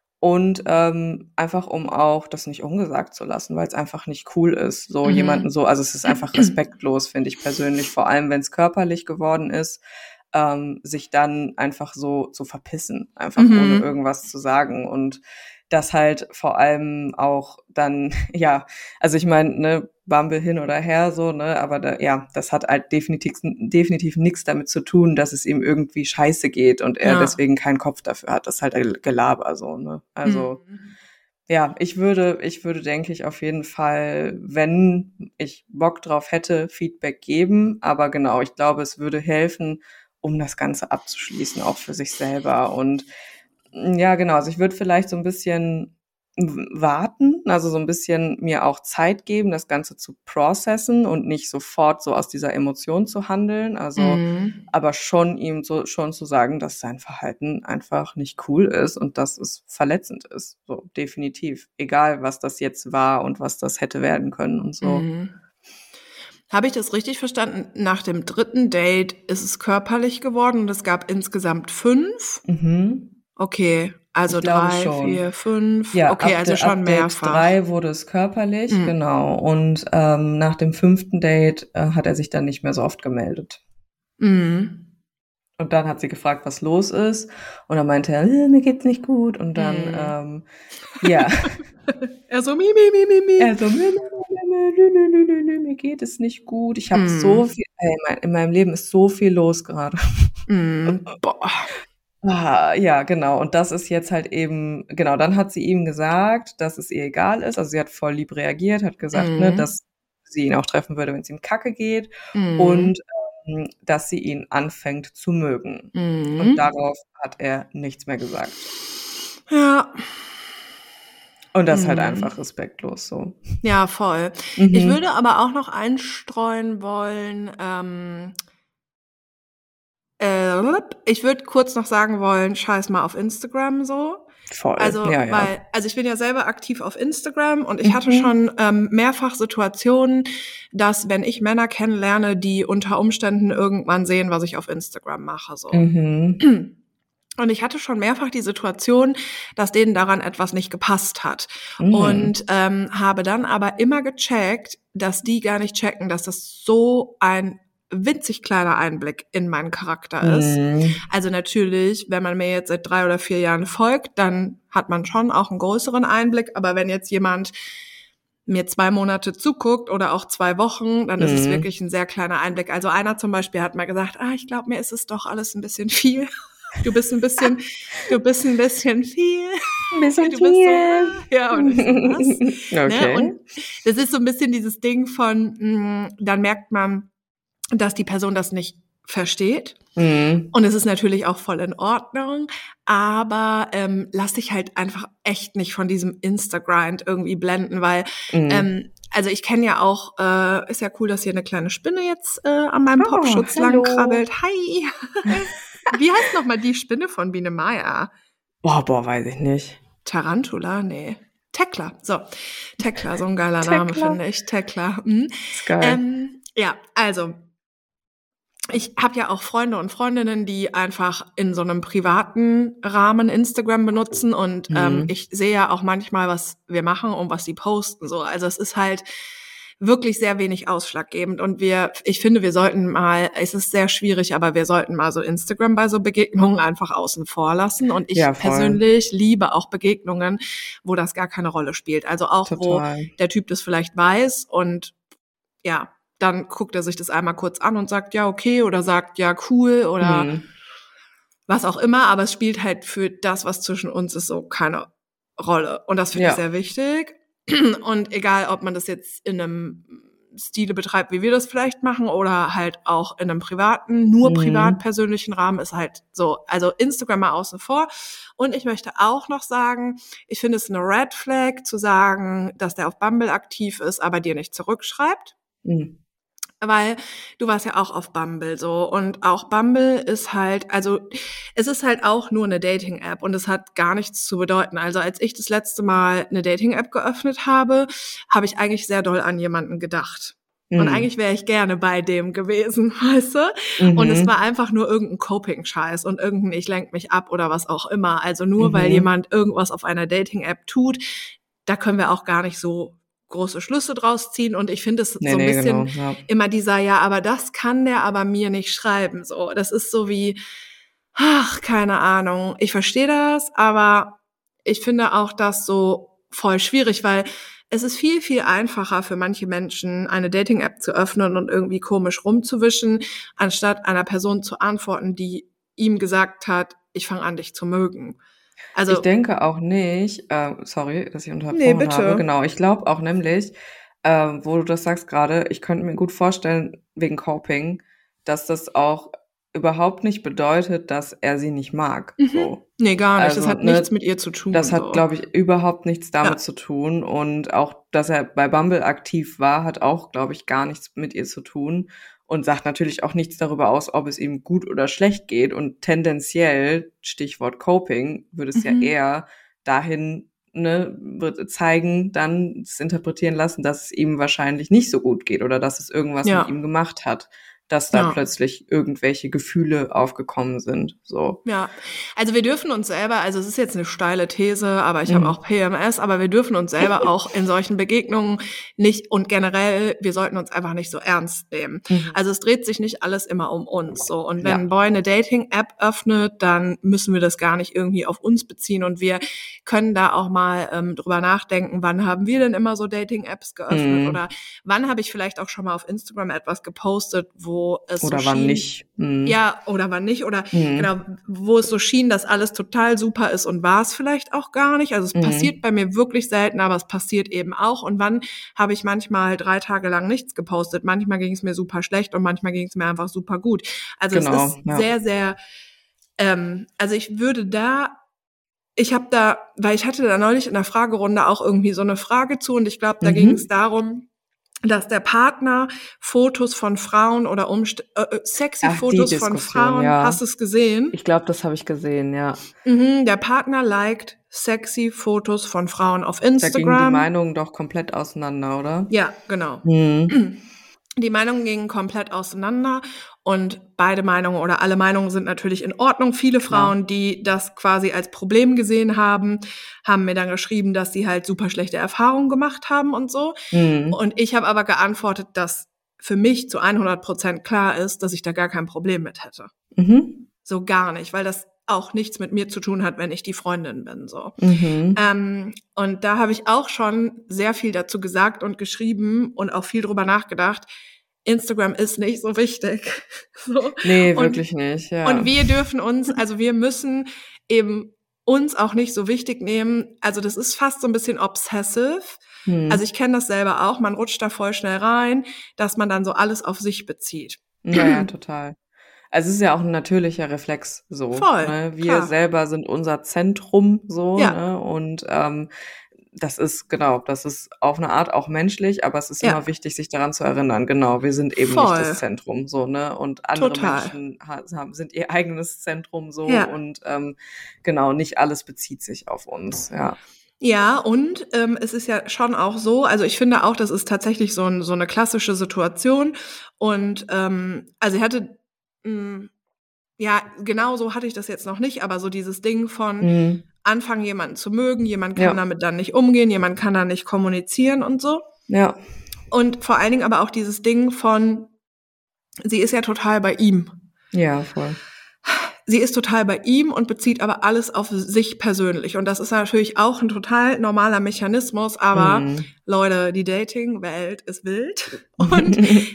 Und ähm, einfach, um auch das nicht ungesagt zu lassen, weil es einfach nicht cool ist, so Mhm. jemanden so, also es ist einfach respektlos, finde ich persönlich, vor allem wenn es körperlich geworden ist, ähm, sich dann einfach so zu verpissen, einfach Mhm. ohne irgendwas zu sagen. Und das halt vor allem auch dann, ja, also ich meine, ne, Bumble hin oder her, so, ne, aber da, ja, das hat halt definitiv, definitiv nichts damit zu tun, dass es ihm irgendwie scheiße geht und er Ja. deswegen keinen Kopf dafür hat. Das ist halt Gelaber, so, ne. Also, Mhm. ja, ich würde, ich würde, denke ich, auf jeden Fall, wenn ich Bock drauf hätte, Feedback geben. Aber genau, ich glaube, es würde helfen, um das Ganze abzuschließen, auch für sich selber. Und ja, genau, also ich würde vielleicht so ein bisschen w- warten, also so ein bisschen mir auch Zeit geben, das Ganze zu processen und nicht sofort so aus dieser Emotion zu handeln. Also, Mhm. aber schon ihm so schon zu sagen, dass sein Verhalten einfach nicht cool ist und dass es verletzend ist. So, definitiv. Egal, was das jetzt war und was das hätte werden können und so. Mhm. Habe ich das richtig verstanden? Nach dem dritten Date ist es körperlich geworden und es gab insgesamt fünf? Mhm. Okay, also Ich glaube drei, schon. vier, fünf. Ja, Okay, ab, also de, schon ab Date mehrfach. drei wurde es körperlich, Mhm. genau. Und ähm, nach dem fünften Date äh, hat er sich dann nicht mehr so oft gemeldet. Mhm. Und dann hat sie gefragt, was los ist. Und dann meinte er, äh, mir geht's nicht gut. Und dann, Mhm. ähm, ja, Er so, mi, mi, mi, mi, mi. er so, nö, nö, nö, nö, nö, nö, nö, nö, mir geht es nicht gut. Ich habe Mhm. so viel, ey, in mein- in meinem Leben ist so viel los gerade. Mhm. Boah. Ah, ja, genau. Und das ist jetzt halt eben, genau, dann hat sie ihm gesagt, dass es ihr egal ist. Also sie hat voll lieb reagiert, hat gesagt, ne, Mhm. dass sie ihn auch treffen würde, wenn es ihm kacke geht Mhm. und ähm, dass sie ihn anfängt zu mögen. Und Mhm. darauf hat er nichts mehr gesagt. Ja. Und das ist halt Mhm. einfach respektlos so. Ja, voll. Ich Mhm. würde aber auch noch einstreuen wollen, ähm, äh, ich würde kurz noch sagen wollen, scheiß mal auf Instagram so. Voll. Also, Ja, ja. weil, also ich bin ja selber aktiv auf Instagram und ich hatte Mhm. schon ähm, mehrfach Situationen, dass wenn ich Männer kennenlerne, die unter Umständen irgendwann sehen, was ich auf Instagram mache, so. Mhm. Und ich hatte schon mehrfach die Situation, dass denen daran etwas nicht gepasst hat. Mhm. Und ähm, habe dann aber immer gecheckt, dass die gar nicht checken, dass das so ein winzig kleiner Einblick in meinen Charakter ist. Mhm. Also natürlich, wenn man mir jetzt seit drei oder vier Jahren folgt, dann hat man schon auch einen größeren Einblick. Aber wenn jetzt jemand mir zwei Monate zuguckt oder auch zwei Wochen, dann ist es Mhm. wirklich ein sehr kleiner Einblick. Also einer zum Beispiel hat mal gesagt, ah, ich glaube, mir ist es doch alles ein bisschen viel. Du bist ein bisschen, du bist ein bisschen viel. Ein bisschen Du bist so, viel. ah. Ja, und ich so, was? Ne? Okay. Und das ist so ein bisschen dieses Ding von, mh, dann merkt man, dass die Person das nicht versteht. Mhm. Und es ist natürlich auch voll in Ordnung, aber ähm, lass dich halt einfach echt nicht von diesem Insta-Grind irgendwie blenden, weil Mhm. ähm, also ich kenne ja auch, äh, ist ja cool, dass hier eine kleine Spinne jetzt äh, an meinem Oh, Popschutz lang hallo. krabbelt. Hi! Wie heißt nochmal die Spinne von Biene Maya? Boah, boah, weiß ich nicht. Tarantula? Nee. Tekla. So, Tekla, so ein geiler Name, Tekla. finde ich. Tekla. Mhm. Ist geil. Ähm, ja, also ich habe ja auch Freunde und Freundinnen, die einfach in so einem privaten Rahmen Instagram benutzen und ähm, Mhm. ich sehe ja auch manchmal, was wir machen und was sie posten. So, also es ist halt wirklich sehr wenig ausschlaggebend und wir, ich finde, wir sollten mal, es ist sehr schwierig, aber wir sollten mal so Instagram bei so Begegnungen einfach außen vor lassen und ich Ja, voll. persönlich liebe auch Begegnungen, wo das gar keine Rolle spielt. Also auch, wo Total. der Typ das vielleicht weiß und ja, dann guckt er sich das einmal kurz an und sagt, ja, okay, oder sagt, ja, cool, oder Mhm. was auch immer, aber es spielt halt für das, was zwischen uns ist, so keine Rolle. Und das finde ich Ja. sehr wichtig. Und egal, ob man das jetzt in einem Stile betreibt, wie wir das vielleicht machen, oder halt auch in einem privaten, nur privat Mhm. persönlichen Rahmen, ist halt so. Also Instagram mal außen vor. Und ich möchte auch noch sagen, ich finde es eine Red Flag zu sagen, dass der auf Bumble aktiv ist, aber dir nicht zurückschreibt. Mhm. Weil du warst ja auch auf Bumble so und auch Bumble ist halt, also es ist halt auch nur eine Dating-App und es hat gar nichts zu bedeuten. Also als ich das letzte Mal eine Dating-App geöffnet habe, habe ich eigentlich sehr doll an jemanden gedacht. Und Mhm. eigentlich wäre ich gerne bei dem gewesen, weißt du? Und es war Mhm. einfach nur irgendein Coping-Scheiß und irgendein ich lenk mich ab oder was auch immer. Also nur weil Mhm. jemand irgendwas auf einer Dating-App tut, da können wir auch gar nicht so große Schlüsse draus ziehen. Und ich finde es Ne, so ein ne, genau, bisschen ja. immer dieser, ja, aber das kann der aber mir nicht schreiben. So, das ist so wie, ach, keine Ahnung. Ich verstehe das, aber ich finde auch das so voll schwierig, weil es ist viel, viel einfacher für manche Menschen, eine Dating-App zu öffnen und irgendwie komisch rumzuwischen, anstatt einer Person zu antworten, die ihm gesagt hat, ich fange an, dich zu mögen. Ich Also, denke auch nicht, äh, sorry, dass ich nee, unterbrochen habe. bitte. Genau, ich glaube auch nämlich, ähm, wo du das sagst gerade, ich könnte mir gut vorstellen, wegen Coping, dass das auch überhaupt nicht bedeutet, dass er sie nicht mag, Mhm. so. Nee, gar nicht. Das Also, hat nichts ne, mit ihr zu das tun, hat, so. glaube ich, überhaupt nichts damit Ja. zu tun und auch, dass er bei Bumble aktiv war, hat auch, glaube ich, gar nichts mit ihr zu tun und sagt natürlich auch nichts darüber aus, ob es ihm gut oder schlecht geht und tendenziell, Stichwort Coping, würde es ja Mhm. eher dahin, ne, wird zeigen, dann das interpretieren lassen, dass es ihm wahrscheinlich nicht so gut geht oder dass es irgendwas mit ihm Ja. gemacht hat, dass da Ja. plötzlich irgendwelche Gefühle aufgekommen sind, so. Ja, also wir dürfen uns selber, also es ist jetzt eine steile These, aber ich habe auch Mhm. P M S, aber wir dürfen uns selber auch in solchen Begegnungen nicht und generell, wir sollten uns einfach nicht so ernst nehmen. Mhm. Also es dreht sich nicht alles immer um uns so und wenn Ja. ein Boy eine Dating-App öffnet, dann müssen wir das gar nicht irgendwie auf uns beziehen und wir können da auch mal ähm, drüber nachdenken, wann haben wir denn immer so Dating-Apps geöffnet Mhm. oder wann habe ich vielleicht auch schon mal auf Instagram etwas gepostet, wo wo es Oder so wann schien, nicht. Mhm. ja, oder wann nicht, oder Mhm. genau, wo es so schien, dass alles total super ist und war es vielleicht auch gar nicht. Also es Mhm. passiert bei mir wirklich selten, aber es passiert eben auch. Und wann habe ich manchmal drei Tage lang nichts gepostet? Manchmal ging es mir super schlecht und manchmal ging es mir einfach super gut. Also Genau, es ist ja. sehr, sehr, ähm, also ich würde da Ich habe da, weil ich hatte da neulich in der Fragerunde auch irgendwie so eine Frage zu und ich glaube, da Mhm. ging es darum, dass der Partner Fotos von Frauen oder Umst äh, äh, sexy Ach, die Fotos von Diskussion, Frauen, ja. hast du es gesehen? Ich glaube, das habe ich gesehen, ja. Mhm, der Partner liked sexy Fotos von Frauen auf Da gingen die Instagram. Meinungen doch komplett auseinander, oder? Ja, genau. Mhm. Die Meinungen gingen komplett auseinander und beide Meinungen oder alle Meinungen sind natürlich in Ordnung. Viele Klar. Frauen, die das quasi als Problem gesehen haben, haben mir dann geschrieben, dass sie halt super schlechte Erfahrungen gemacht haben und so. Mhm. Und ich habe aber geantwortet, dass für mich zu hundert Prozent klar ist, dass ich da gar kein Problem mit hätte. Mhm. So gar nicht, weil das auch nichts mit mir zu tun hat, wenn ich die Freundin bin, so. Mhm. Ähm, und da habe ich auch schon sehr viel dazu gesagt und geschrieben und auch viel drüber nachgedacht. Instagram ist nicht so wichtig. So. Nee, Und, wirklich nicht, ja. und wir dürfen uns, also wir müssen eben uns auch nicht so wichtig nehmen. Also das ist fast so ein bisschen obsessive. Hm. Also ich kenne das selber auch. Man rutscht da voll schnell rein, dass man dann so alles auf sich bezieht. Ja, ja, total. Also es ist ja auch ein natürlicher Reflex so. Voll, Ne? Wir klar. selber sind unser Zentrum so, Ja. ne? Und ähm, das ist, genau, das ist auf eine Art auch menschlich, aber es ist Ja. immer wichtig, sich daran zu erinnern, genau, wir sind eben Voll. nicht das Zentrum so, ne? Und andere Total. Menschen ha- haben, sind ihr eigenes Zentrum so Ja. und ähm, genau, nicht alles bezieht sich auf uns, ja. Ja, und ähm, es ist ja schon auch so, also ich finde auch, das ist tatsächlich so, ein, so eine klassische Situation. Und ähm, also ich hatte, mh, ja, genau so hatte ich das jetzt noch nicht, aber so dieses Ding von Mhm. anfangen, jemanden zu mögen, jemand kann Ja. damit dann nicht umgehen, jemand kann da nicht kommunizieren und so. Ja. Und vor allen Dingen aber auch dieses Ding von, sie ist ja total bei ihm. Ja, voll. Sie ist total bei ihm und bezieht aber alles auf sich persönlich. Und das ist natürlich auch ein total normaler Mechanismus. Aber Mhm. Leute, die Dating-Welt ist wild. Und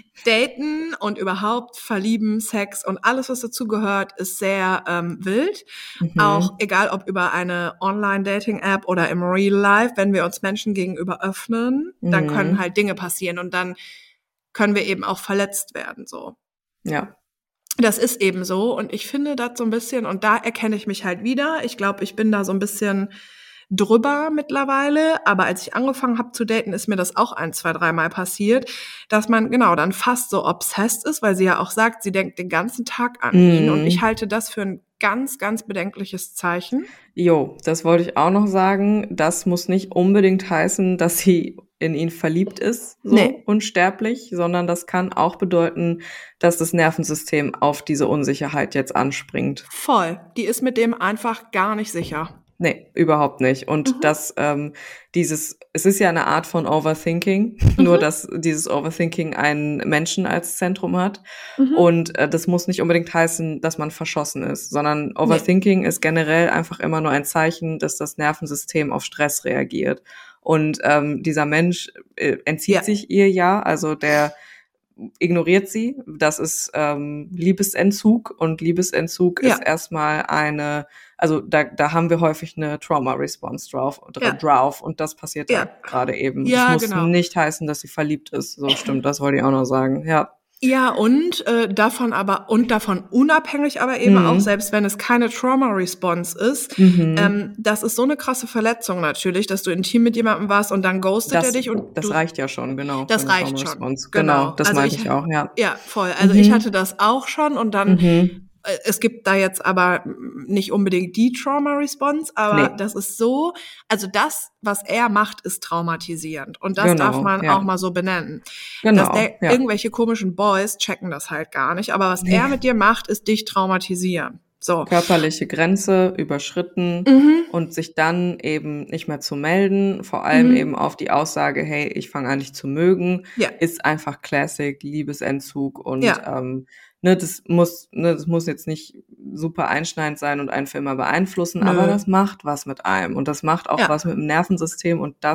Daten und überhaupt Verlieben, Sex und alles, was dazugehört, ist sehr ähm, wild. Mhm. Auch egal, ob über eine Online-Dating-App oder im Real Life, wenn wir uns Menschen gegenüber öffnen, dann Mhm. können halt Dinge passieren und dann können wir eben auch verletzt werden, so. Ja. Das ist eben so und ich finde das so ein bisschen, und da erkenne ich mich halt wieder. Ich glaube, ich bin da so ein bisschen drüber mittlerweile, aber als ich angefangen habe zu daten, ist mir das auch ein, zwei, dreimal passiert, dass man genau dann fast so obsessed ist, weil sie ja auch sagt, sie denkt den ganzen Tag an Mhm. ihn und ich halte das für ein ganz, ganz bedenkliches Zeichen. Jo, das wollte ich auch noch sagen. Das muss nicht unbedingt heißen, dass sie in ihn verliebt ist, so Nee. unsterblich, sondern das kann auch bedeuten, dass das Nervensystem auf diese Unsicherheit jetzt anspringt. Voll. Die ist mit dem einfach gar nicht sicher. Nee, überhaupt nicht. Und Mhm. das, ähm, dieses, es ist ja eine Art von Overthinking, nur dass dieses Overthinking einen Menschen als Zentrum hat. Mhm. Und äh, das muss nicht unbedingt heißen, dass man verschossen ist, sondern Overthinking ist generell einfach immer nur ein Zeichen, dass das Nervensystem auf Stress reagiert. Und ähm, dieser Mensch äh, entzieht Ja. sich ihr ja, also der ignoriert sie. Das ist ähm, Liebesentzug und Liebesentzug Ja. ist erstmal eine, also da, da haben wir häufig eine Trauma-Response drauf, Ja. drauf und das passiert Ja. da gerade eben. Ja, das muss genau. nicht heißen, dass sie verliebt ist. So stimmt, das wollte ich auch noch sagen. Ja. Ja, und äh, davon aber und davon unabhängig aber eben Mhm. auch, selbst wenn es keine Trauma-Response ist, Mhm. ähm, das ist so eine krasse Verletzung natürlich, dass du intim mit jemandem warst und dann ghostet er Das, dich und das du, reicht ja schon, genau. das für eine reicht schon. Trauma-Response. Genau. Genau, das Also meinte ich- ich auch, ja. Ja, voll. Also Mhm. ich hatte das auch schon und dann Mhm. äh, es gibt da jetzt aber nicht unbedingt die Trauma-Response, aber Nee. das ist so, also das, was er macht, ist traumatisierend und das Genau, darf man ja. auch mal so benennen. Genau, Dass der, ja. irgendwelche komischen Boys checken das halt gar nicht, aber was Nee. er mit dir macht, ist dich traumatisieren. So. Körperliche Grenze überschritten Mhm. und sich dann eben nicht mehr zu melden, vor allem Mhm. eben auf die Aussage, hey, ich fange an, dich zu mögen, Ja. ist einfach Classic, Liebesentzug und Ja. ähm, ne, das muss, ne, das muss jetzt nicht super einschneidend sein und einen für immer beeinflussen, Nö. aber das macht was mit einem und das macht auch Ja. was mit dem Nervensystem und das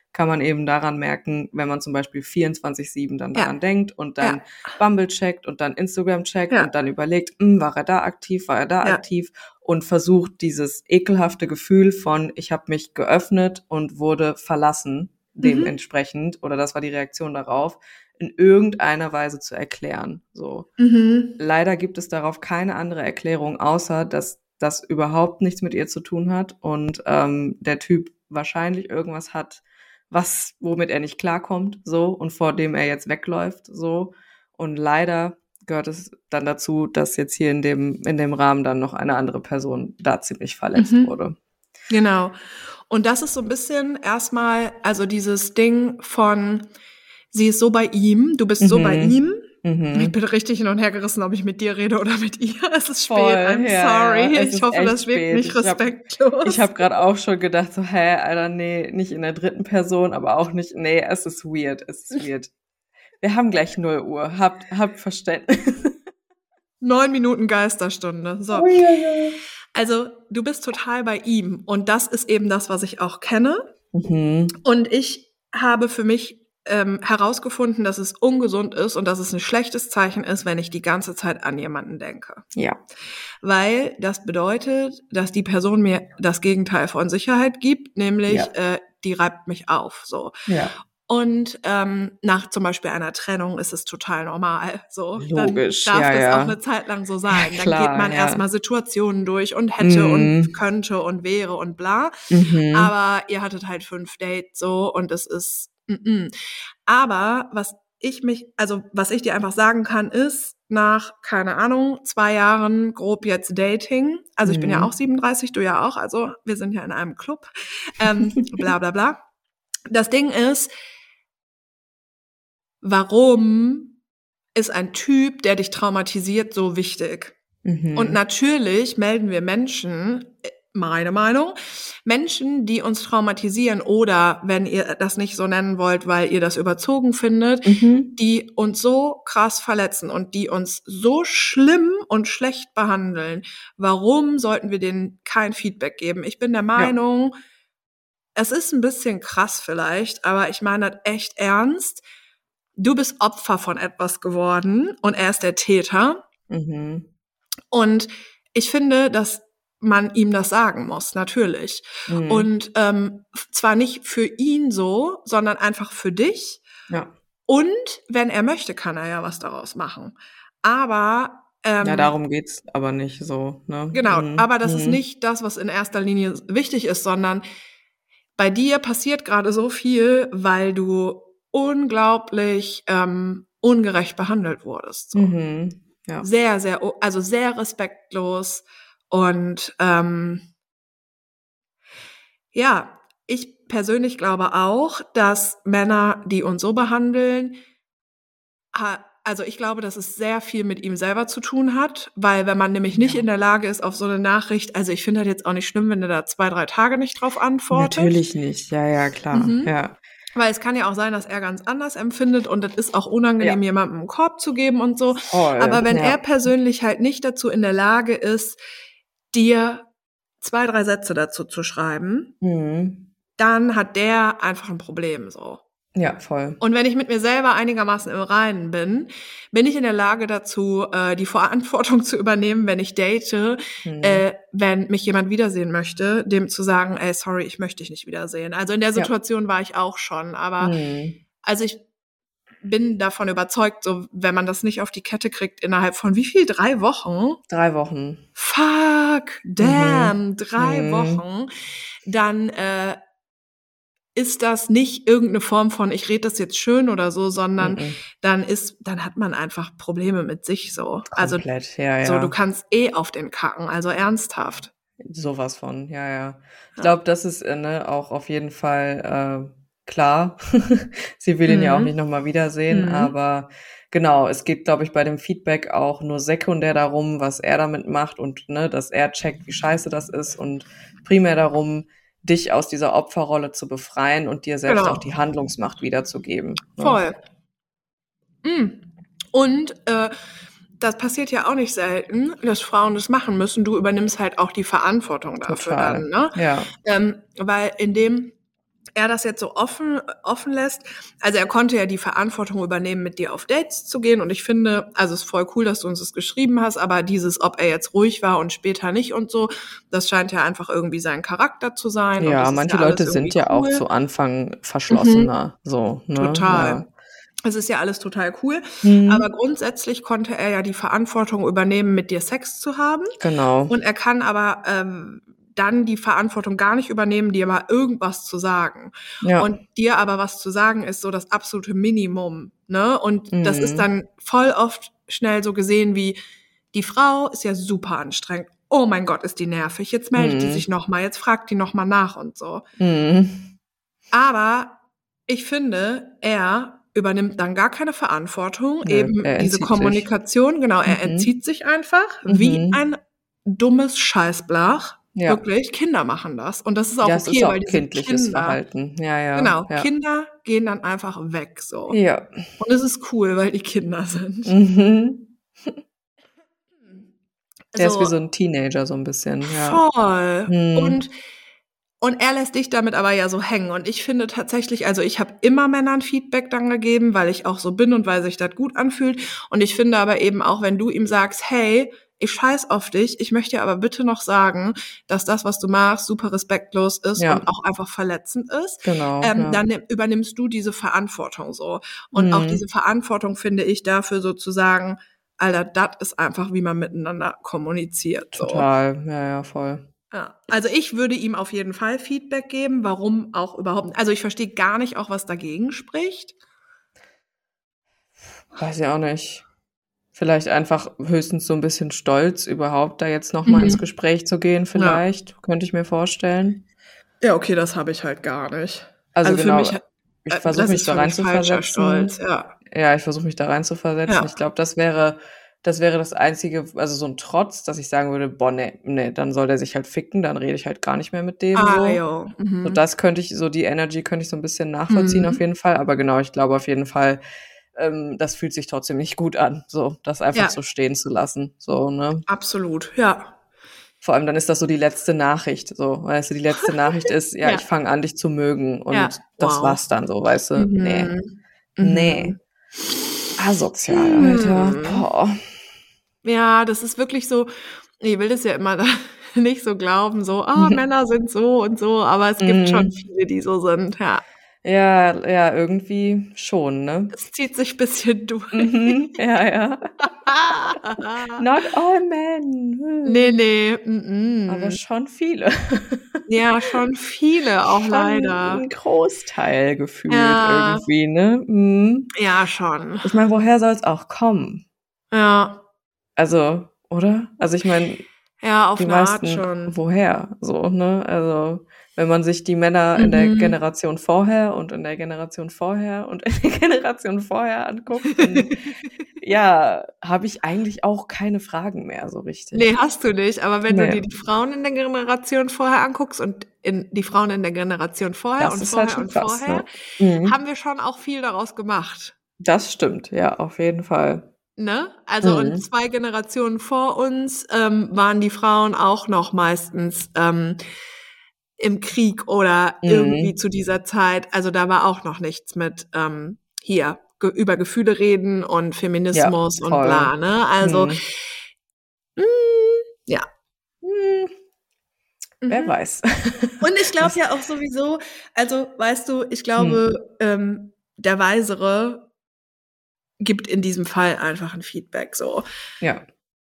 kann man eben daran merken, wenn man zum Beispiel vierundzwanzig sieben dann daran Ja. denkt und dann Ja. Bumble checkt und dann Instagram checkt Ja. und dann überlegt, hm, war er da aktiv, war er da Ja. aktiv und versucht dieses ekelhafte Gefühl von, ich habe mich geöffnet und wurde verlassen, Mhm. dementsprechend, oder das war die Reaktion darauf, in irgendeiner Weise zu erklären. So. Mhm. Leider gibt es darauf keine andere Erklärung, außer dass das überhaupt nichts mit ihr zu tun hat und ähm, der Typ wahrscheinlich irgendwas hat, was womit er nicht klarkommt, so, und vor dem er jetzt wegläuft, so. Und leider gehört es dann dazu, dass jetzt hier in dem in dem Rahmen dann noch eine andere Person da ziemlich verletzt Mhm. wurde. Genau. Und das ist so ein bisschen erstmal, also dieses Ding von, sie ist so bei ihm, du bist so bei Mhm. ihm. Ich Mhm. bin richtig hin und her gerissen, ob ich mit dir rede oder mit ihr. Es ist spät, Voll, I'm ja, sorry. ja. Es Ich ist hoffe, echt das wirkt spät. nicht Ich hab, respektlos. ich habe gerade auch schon gedacht, so, hä, Alter, nee, nicht in der dritten Person, aber auch nicht, nee, es ist weird, es ist weird. Wir haben gleich null Uhr, habt, habt Verständnis. Neun Minuten Geisterstunde. So. Oh, ja, ja. Also, du bist total bei ihm. Und das ist eben das, was ich auch kenne. Mhm. Und ich habe für mich ähm, herausgefunden, dass es ungesund ist und dass es ein schlechtes Zeichen ist, wenn ich die ganze Zeit an jemanden denke. Ja. Weil das bedeutet, dass die Person mir das Gegenteil von Sicherheit gibt, nämlich Ja. äh, die reibt mich auf. So. Ja. Und ähm, nach zum Beispiel einer Trennung ist es total normal. So, Logisch, dann darf ja, das ja. auch eine Zeit lang so sein. Ja, Dann klar, geht man ja. erstmal Situationen durch und hätte Mhm. und könnte und wäre und bla. Mhm. Aber ihr hattet halt fünf Dates so und es ist mm -mm. Aber was ich mich, also was ich dir einfach sagen kann, ist, nach, keine Ahnung, zwei Jahren grob jetzt Dating, also ich bin ja Mhm. auch siebenunddreißig, du ja auch, also wir sind ja in einem Club, ähm, bla bla bla. Das Ding ist, warum ist ein Typ, der dich traumatisiert, so wichtig? Mhm. Und natürlich melden wir Menschen, meine Meinung, Menschen, die uns traumatisieren oder, wenn ihr das nicht so nennen wollt, weil ihr das überzogen findet, Mhm. die uns so krass verletzen und die uns so schlimm und schlecht behandeln. Warum sollten wir denen kein Feedback geben? Ich bin der Meinung, ja. Es ist ein bisschen krass vielleicht, aber ich meine das echt ernst. Du bist Opfer von etwas geworden und er ist der Täter. Mhm. Und ich finde, dass man ihm das sagen muss, natürlich. Mhm. Und ähm, zwar nicht für ihn so, sondern einfach für dich. Ja. Und wenn er möchte, kann er ja was daraus machen. Aber ähm, ja, darum geht's aber nicht so, ne? Genau, Mhm. aber das mhm. ist nicht das, was in erster Linie wichtig ist, sondern bei dir passiert gerade so viel, weil du unglaublich ähm, ungerecht behandelt wurdest. So. Mhm. Ja. Sehr, sehr, also sehr respektlos und ähm, ja, ich persönlich glaube auch, dass Männer, die uns so behandeln, also ich glaube, dass es sehr viel mit ihm selber zu tun hat, weil wenn man nämlich nicht Ja. in der Lage ist auf so eine Nachricht, also ich finde das jetzt auch nicht schlimm, wenn er da zwei, drei Tage nicht drauf antwortet. Natürlich nicht, ja, ja, klar, Mhm. ja. Weil es kann ja auch sein, dass er ganz anders empfindet und das ist auch unangenehm, Ja. jemandem einen Korb zu geben und so. Voll, Aber wenn ja. er persönlich halt nicht dazu in der Lage ist, dir zwei, drei Sätze dazu zu schreiben, Mhm. dann hat der einfach ein Problem so. Ja, voll. Und wenn ich mit mir selber einigermaßen im Reinen bin, bin ich in der Lage dazu, äh, die Verantwortung zu übernehmen, wenn ich date, Mhm. äh, wenn mich jemand wiedersehen möchte, dem zu sagen, ey, sorry, ich möchte dich nicht wiedersehen. Also in der Situation ja. war ich auch schon, aber mhm. also ich bin davon überzeugt, so wenn man das nicht auf die Kette kriegt, innerhalb von wie viel? Drei Wochen? Drei Wochen. Fuck, damn, Mhm. drei mhm. Wochen. Dann äh, ist das nicht irgendeine Form von, ich rede das jetzt schön oder so, sondern Mhm. dann ist, dann hat man einfach Probleme mit sich so. Komplett, also, ja, ja. So, du kannst eh auf den kacken, also ernsthaft. Sowas von, ja, ja. Ich Ja. glaube, das ist ne, auch auf jeden Fall äh, klar. Sie will ihn Mhm. ja auch nicht nochmal wiedersehen, Mhm. aber genau, es geht, glaube ich, bei dem Feedback auch nur sekundär darum, was er damit macht und ne, dass er checkt, wie scheiße das ist und primär darum, dich aus dieser Opferrolle zu befreien und dir selbst Genau. auch die Handlungsmacht wiederzugeben. Ne? Voll. Mhm. Und äh, das passiert ja auch nicht selten, dass Frauen das machen müssen. Du übernimmst halt auch die Verantwortung dafür Total. dann, ne? Ja. Ähm, weil in dem er das jetzt so offen, offen lässt. Also er konnte ja die Verantwortung übernehmen, mit dir auf Dates zu gehen. Und ich finde, also es ist voll cool, dass du uns das geschrieben hast, aber dieses, ob er jetzt ruhig war und später nicht und so, das scheint ja einfach irgendwie sein Charakter zu sein. Ja, und das manche ist ja Leute alles sind ja cool. auch zu Anfang verschlossener, mhm. so, ne? Total. Ja. Es ist ja alles total cool, mhm. aber grundsätzlich konnte er ja die Verantwortung übernehmen, mit dir Sex zu haben. Genau. Und er kann aber ähm, dann die Verantwortung gar nicht übernehmen, dir mal irgendwas zu sagen. Ja. Und dir aber was zu sagen ist so das absolute Minimum, ne? Und mhm. das ist dann voll oft schnell so gesehen wie, die Frau ist ja super anstrengend. Oh mein Gott, ist die nervig. Jetzt meldet mhm. die sich nochmal, jetzt fragt die nochmal nach und so. Mhm. Aber ich finde, er übernimmt dann gar keine Verantwortung, Nö, eben er diese entzieht Kommunikation, sich. genau, er Mhm. entzieht sich einfach, Mhm. wie ein dummes Scheißblach. Ja. Wirklich, Kinder machen das. Und das ist auch Ja, okay, es ist auch weil diese kindliches Kinder, Verhalten. Ja, ja. genau, ja. Kinder gehen dann einfach weg, so. Ja. Und es ist cool, weil die Kinder sind. Mhm. Der so, ist wie so ein Teenager so ein bisschen, ja. Voll. Mhm. Und Und er lässt dich damit aber ja so hängen. Und ich finde tatsächlich, also ich habe immer Männern Feedback dann gegeben, weil ich auch so bin und weil sich das gut anfühlt. Und ich finde aber eben auch, wenn du ihm sagst, hey, ich scheiß auf dich, ich möchte dir aber bitte noch sagen, dass das, was du machst, super respektlos ist Ja. und auch einfach verletzend ist, Genau, ähm, ja. dann übernimmst du diese Verantwortung so. Und Mhm. auch diese Verantwortung finde ich dafür sozusagen, Alter, das ist einfach, wie man miteinander kommuniziert. So. Total, ja, ja, voll. Ja, also ich würde ihm auf jeden Fall Feedback geben, warum auch überhaupt, also ich verstehe gar nicht auch, was dagegen spricht. Weiß ich auch nicht. Vielleicht einfach höchstens so ein bisschen Stolz, überhaupt da jetzt nochmal Mhm. ins Gespräch zu gehen, vielleicht, ja. Könnte ich mir vorstellen. Ja, okay, das habe ich halt gar nicht. Also, Also genau, für mich, ich versuche mich da rein zu versetzen. Stolz, ja. Ja, ich versuche mich da rein zu versetzen. Ja. Ich glaube, das wäre das wäre das Einzige, also so ein Trotz, dass ich sagen würde, boah, nee, nee, dann soll der sich halt ficken, dann rede ich halt gar nicht mehr mit dem. Ah, so. jo. Mhm. So, das könnte ich, so die Energy könnte ich so ein bisschen nachvollziehen, mhm. auf jeden Fall. Aber genau, ich glaube auf jeden Fall, ähm, das fühlt sich trotzdem nicht gut an, so das einfach Ja. so stehen zu lassen. So, ne? Absolut, ja. Vor allem dann ist das so die letzte Nachricht, so, weißt du, die letzte Nachricht ist, ja, Ja. ich fange an, dich zu mögen und Ja. das Wow. war's dann so, weißt du, Mhm. nee, Mhm. nee, asozial, Alter, boah. Ja, das ist wirklich so, ich will das ja immer da nicht so glauben, so, ah, oh, Männer sind so und so, aber es gibt Mhm. schon viele, die so sind, ja. Ja, ja, irgendwie schon, ne? Es zieht sich ein bisschen durch. Mhm. Ja, ja. Not all men. Nee, nee. Mm-mm. Aber schon viele. Ja, schon viele, auch schon leider. Ein Großteil gefühlt Ja. irgendwie, ne? Mhm. Ja, schon. Ich meine, woher soll es auch kommen? Ja. Also, oder? Also ich meine, ja, auf die eine meisten, Art schon. Woher? So, ne? Also, wenn man sich die Männer Mhm. in der Generation vorher und in der Generation vorher und in der Generation vorher anguckt, dann, ja, habe ich eigentlich auch keine Fragen mehr so richtig. Nee, hast du nicht. Aber wenn Nee. du dir die Frauen in der Generation vorher anguckst und in die Frauen in der Generation vorher Das und ist vorher halt schon und krass, vorher, ne? Mhm. haben wir schon auch viel daraus gemacht. Das stimmt, ja, auf jeden Fall. Ne? Also, Mhm. und zwei Generationen vor uns ähm, waren die Frauen auch noch meistens ähm, im Krieg oder Mhm. irgendwie zu dieser Zeit. Also da war auch noch nichts mit ähm, hier ge- über Gefühle reden und Feminismus Ja, und voll. bla. Ne? Also Mhm. mh, ja. Hm, wer Mhm. weiß. Und ich glaube Was- ja auch sowieso, also weißt du, ich glaube, ähm, der Weisere gibt in diesem Fall einfach ein Feedback so. Ja,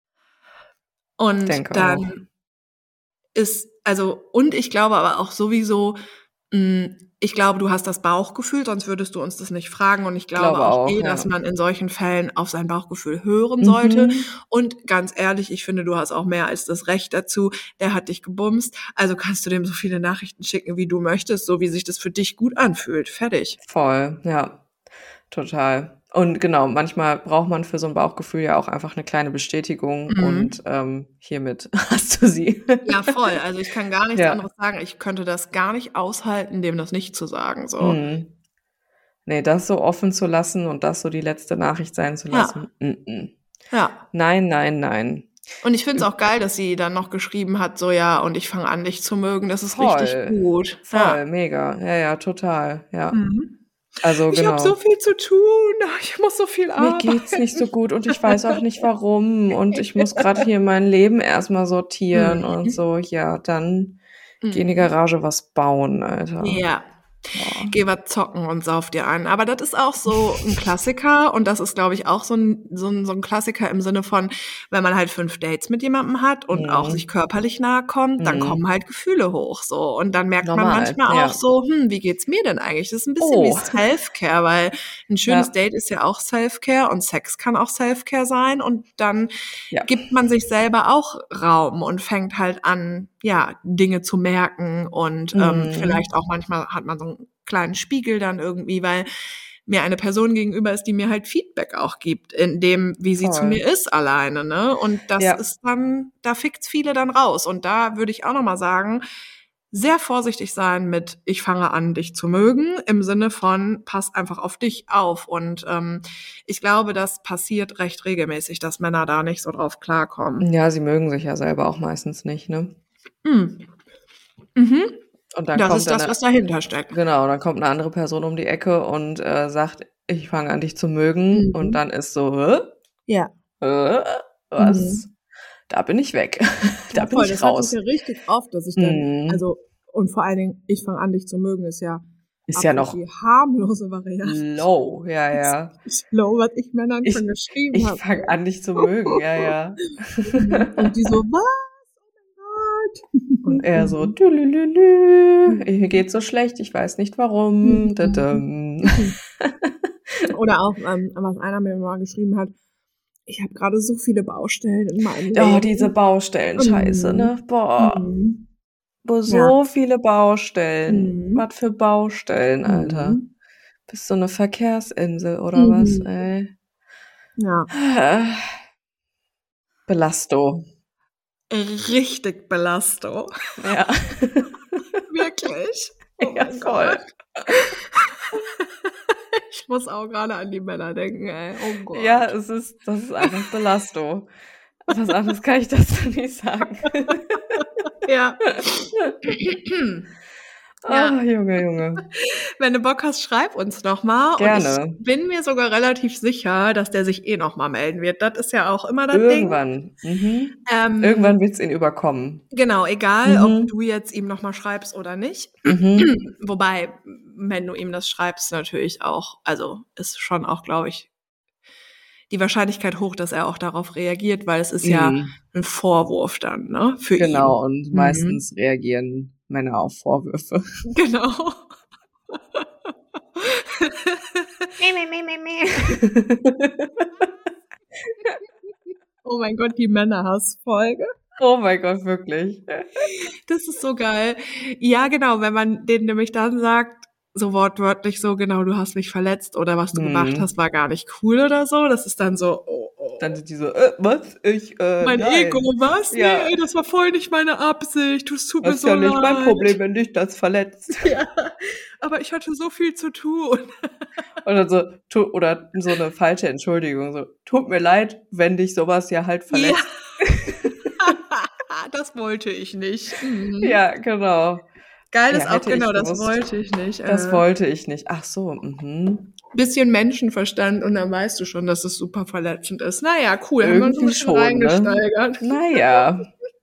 Und denke dann auch. ist, also, und ich glaube aber auch sowieso, mh, ich glaube, du hast das Bauchgefühl, sonst würdest du uns das nicht fragen. Und ich glaube, Glaube auch, auch, eh, ja. dass man in solchen Fällen auf sein Bauchgefühl hören sollte. Mhm. Und ganz ehrlich, ich finde, du hast auch mehr als das Recht dazu. Der hat dich gebumst, also kannst du dem so viele Nachrichten schicken, wie du möchtest, so wie sich das für dich gut anfühlt. Fertig. Voll, ja, total. Und genau, manchmal braucht man für so ein Bauchgefühl ja auch einfach eine kleine Bestätigung Mhm. und ähm, hiermit hast du sie. Ja, voll. Also ich kann gar nichts Ja. anderes sagen. Ich könnte das gar nicht aushalten, dem das nicht zu sagen. So. Mhm. Nee, das so offen zu lassen und das so die letzte Nachricht sein zu Ja. lassen. Mhm. Ja. Nein, nein, nein. Und ich finde es auch geil, dass sie dann noch geschrieben hat, so ja, und ich fange an, dich zu mögen. Das ist Voll. richtig gut. Voll, Ja. mega. Ja, ja, total. Ja. Mhm. Also Ich habe so genau. viel zu tun. Ich muss so viel Mir arbeiten. geht's nicht so gut und ich weiß auch nicht warum und ich muss gerade hier mein Leben erstmal sortieren Mhm. und so. Ja, dann geh in die Mhm. Garage was bauen, Alter. Ja. Boah. Geh was zocken und sauf dir ein. Aber das ist auch so ein Klassiker und das ist, glaube ich, auch so ein, so ein, so ein Klassiker im Sinne von, wenn man halt fünf Dates mit jemandem hat und auch sich Mhm. körperlich nahe kommt, dann Mhm. kommen halt Gefühle hoch, so. Und dann merkt man Normal, manchmal ja. auch so, hm, wie geht's mir denn eigentlich? Das ist ein bisschen wie Oh. Self-Care, weil ein schönes Ja. Date ist ja auch Self-Care und Sex kann auch Self-Care sein und dann Ja. gibt man sich selber auch Raum und fängt halt an, ja, Dinge zu merken und ähm, Mhm. vielleicht auch manchmal hat man so einen kleinen Spiegel dann irgendwie, weil mir eine Person gegenüber ist, die mir halt Feedback auch gibt, in dem, wie sie zu Voll. mir ist alleine, ne? Und das Ja. ist dann, da fickt's viele dann raus. Und da würde ich auch nochmal sagen, sehr vorsichtig sein mit, ich fange an, dich zu mögen, im Sinne von, pass einfach auf dich auf. Und ähm, ich glaube, das passiert recht regelmäßig, dass Männer da nicht so drauf klarkommen. Ja, sie mögen sich ja selber auch meistens nicht, ne? Mhm. Mhm. Und dann Das kommt ist dann das, eine, was dahinter steckt. genau, dann kommt eine andere Person um die Ecke und äh, sagt, ich fange an, dich zu mögen. Mhm. Und dann ist so, hä? Ja. Äh, was? Mhm. Da bin ich weg. Da Ja, bin voll, ich das hatte ich raus. ja richtig oft, dass ich dann, Mhm. also, und vor allen Dingen, ich fange an, dich zu mögen, ist ja Ist ja absolut noch die harmlose Variante. low, ja, Das ja. ist low, was ich Männern Ich, schon geschrieben ich habe. fange an, dich zu mögen, ja, ja. Mhm. Und die so, was? Oh mein Und Gott. er so, Mhm. tülülülü, Mhm. mir geht's so schlecht, ich weiß nicht warum. Mhm. Dadam. Oder auch, ähm, was einer mir mal geschrieben hat, ich habe gerade so viele Baustellen in meinem Oh, Leben. diese Baustellen-Scheiße, Mhm. ne? Boah. Mhm. Boah, Ja. so viele Baustellen. Mhm. Was für Baustellen, Alter. Mhm. Bist du eine Verkehrsinsel oder was, Mhm. ey? Ja. Belasto. Richtig Belastung. Ja. Wirklich? Oh Ja, mein voll. Gott. Ich muss auch gerade an die Männer denken, ey. Oh Gott. Ja, es ist, das ist einfach Belasto. Was anderes kann ich dazu nicht sagen. Ja. Ah, Junge, Junge. Wenn du Bock hast, schreib uns noch mal. Und Gerne. ich bin mir sogar relativ sicher, dass der sich eh noch mal melden wird. Das ist ja auch immer das Irgendwann. Mhm. Ding. Ähm, Irgendwann wird's ihn überkommen. Genau, egal, ob Mhm. du jetzt ihm noch mal schreibst oder nicht. Mhm. Wobei, wenn du ihm das schreibst, natürlich auch, also ist schon auch, glaube ich, die Wahrscheinlichkeit hoch, dass er auch darauf reagiert, weil es ist ja Mhm. ein Vorwurf dann, ne, für Genau, ihn. und Mhm. meistens reagieren Männer auf Vorwürfe. Genau. Oh mein Gott, die Männerhassfolge. Oh mein Gott, wirklich. Das ist so geil. Ja, genau, wenn man denen nämlich dann sagt, so wortwörtlich so, genau, du hast mich verletzt oder was du gemacht Hm. hast, war gar nicht cool oder so. Das ist dann so, oh, oh. Dann sind die so, äh, was? Ich, äh, Mein nein. Ego, was? Ja. Nee, ey, das war voll nicht meine Absicht. Es tut mir Das ist so ja nicht mein leid. Problem, wenn dich das verletzt. Ja, aber ich hatte so viel zu tun. Oder so, tu, oder so eine falsche Entschuldigung, so, tut mir leid, wenn dich sowas ja halt verletzt. Ja. Das wollte ich nicht. Mhm. Ja, genau. Geil Ja, ist auch, hätte ich genau, das gewusst. wollte ich nicht. Das Äh, wollte ich nicht. Ach so, mhm. bisschen Menschenverstand und dann weißt du schon, dass es super verletzend ist. Naja, cool, haben wir uns ein Irgendwie bisschen schon, ne? reingesteigert. Naja.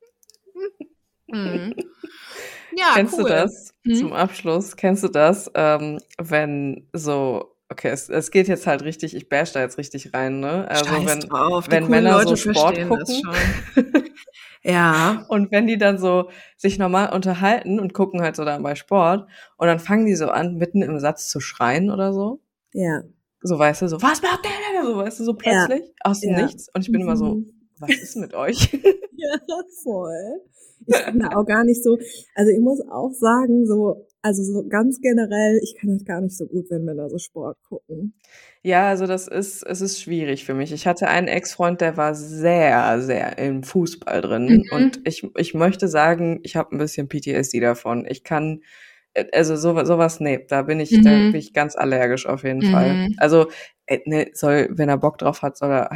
Mhm. Ja, Kennst cool. du das? Hm? Zum Abschluss, kennst du das, ähm, wenn so, okay, es, es geht jetzt halt richtig, ich bash da jetzt richtig rein, ne? Also Scheiß wenn, drauf, die wenn coolen Männer Leute so Sport verstehen das gucken schon. Ja. und wenn die dann so sich normal unterhalten und gucken halt so dann bei Sport und dann fangen die so an, mitten im Satz zu schreien oder so. Ja. So, weißt du, so, was macht der denn? So, weißt du, so plötzlich, aus dem Ja. Nichts. Und ich bin immer so, Mhm. was ist mit euch? Ja, voll. Ich bin da auch gar nicht so, also ich muss auch sagen, so, also so ganz generell, ich kann das gar nicht so gut, wenn Männer so Sport gucken. Ja, also das ist, es ist schwierig für mich. Ich hatte einen Ex-Freund, der war sehr, sehr im Fußball drin. Mhm. Und ich, ich möchte sagen, ich habe ein bisschen P T S D davon. Ich kann, äh, also so, sowas, nee, da bin ich, da bin Mhm. ich ganz allergisch auf jeden Fall. Mhm. Also, äh, ne, soll, wenn er Bock drauf hat, soll er halt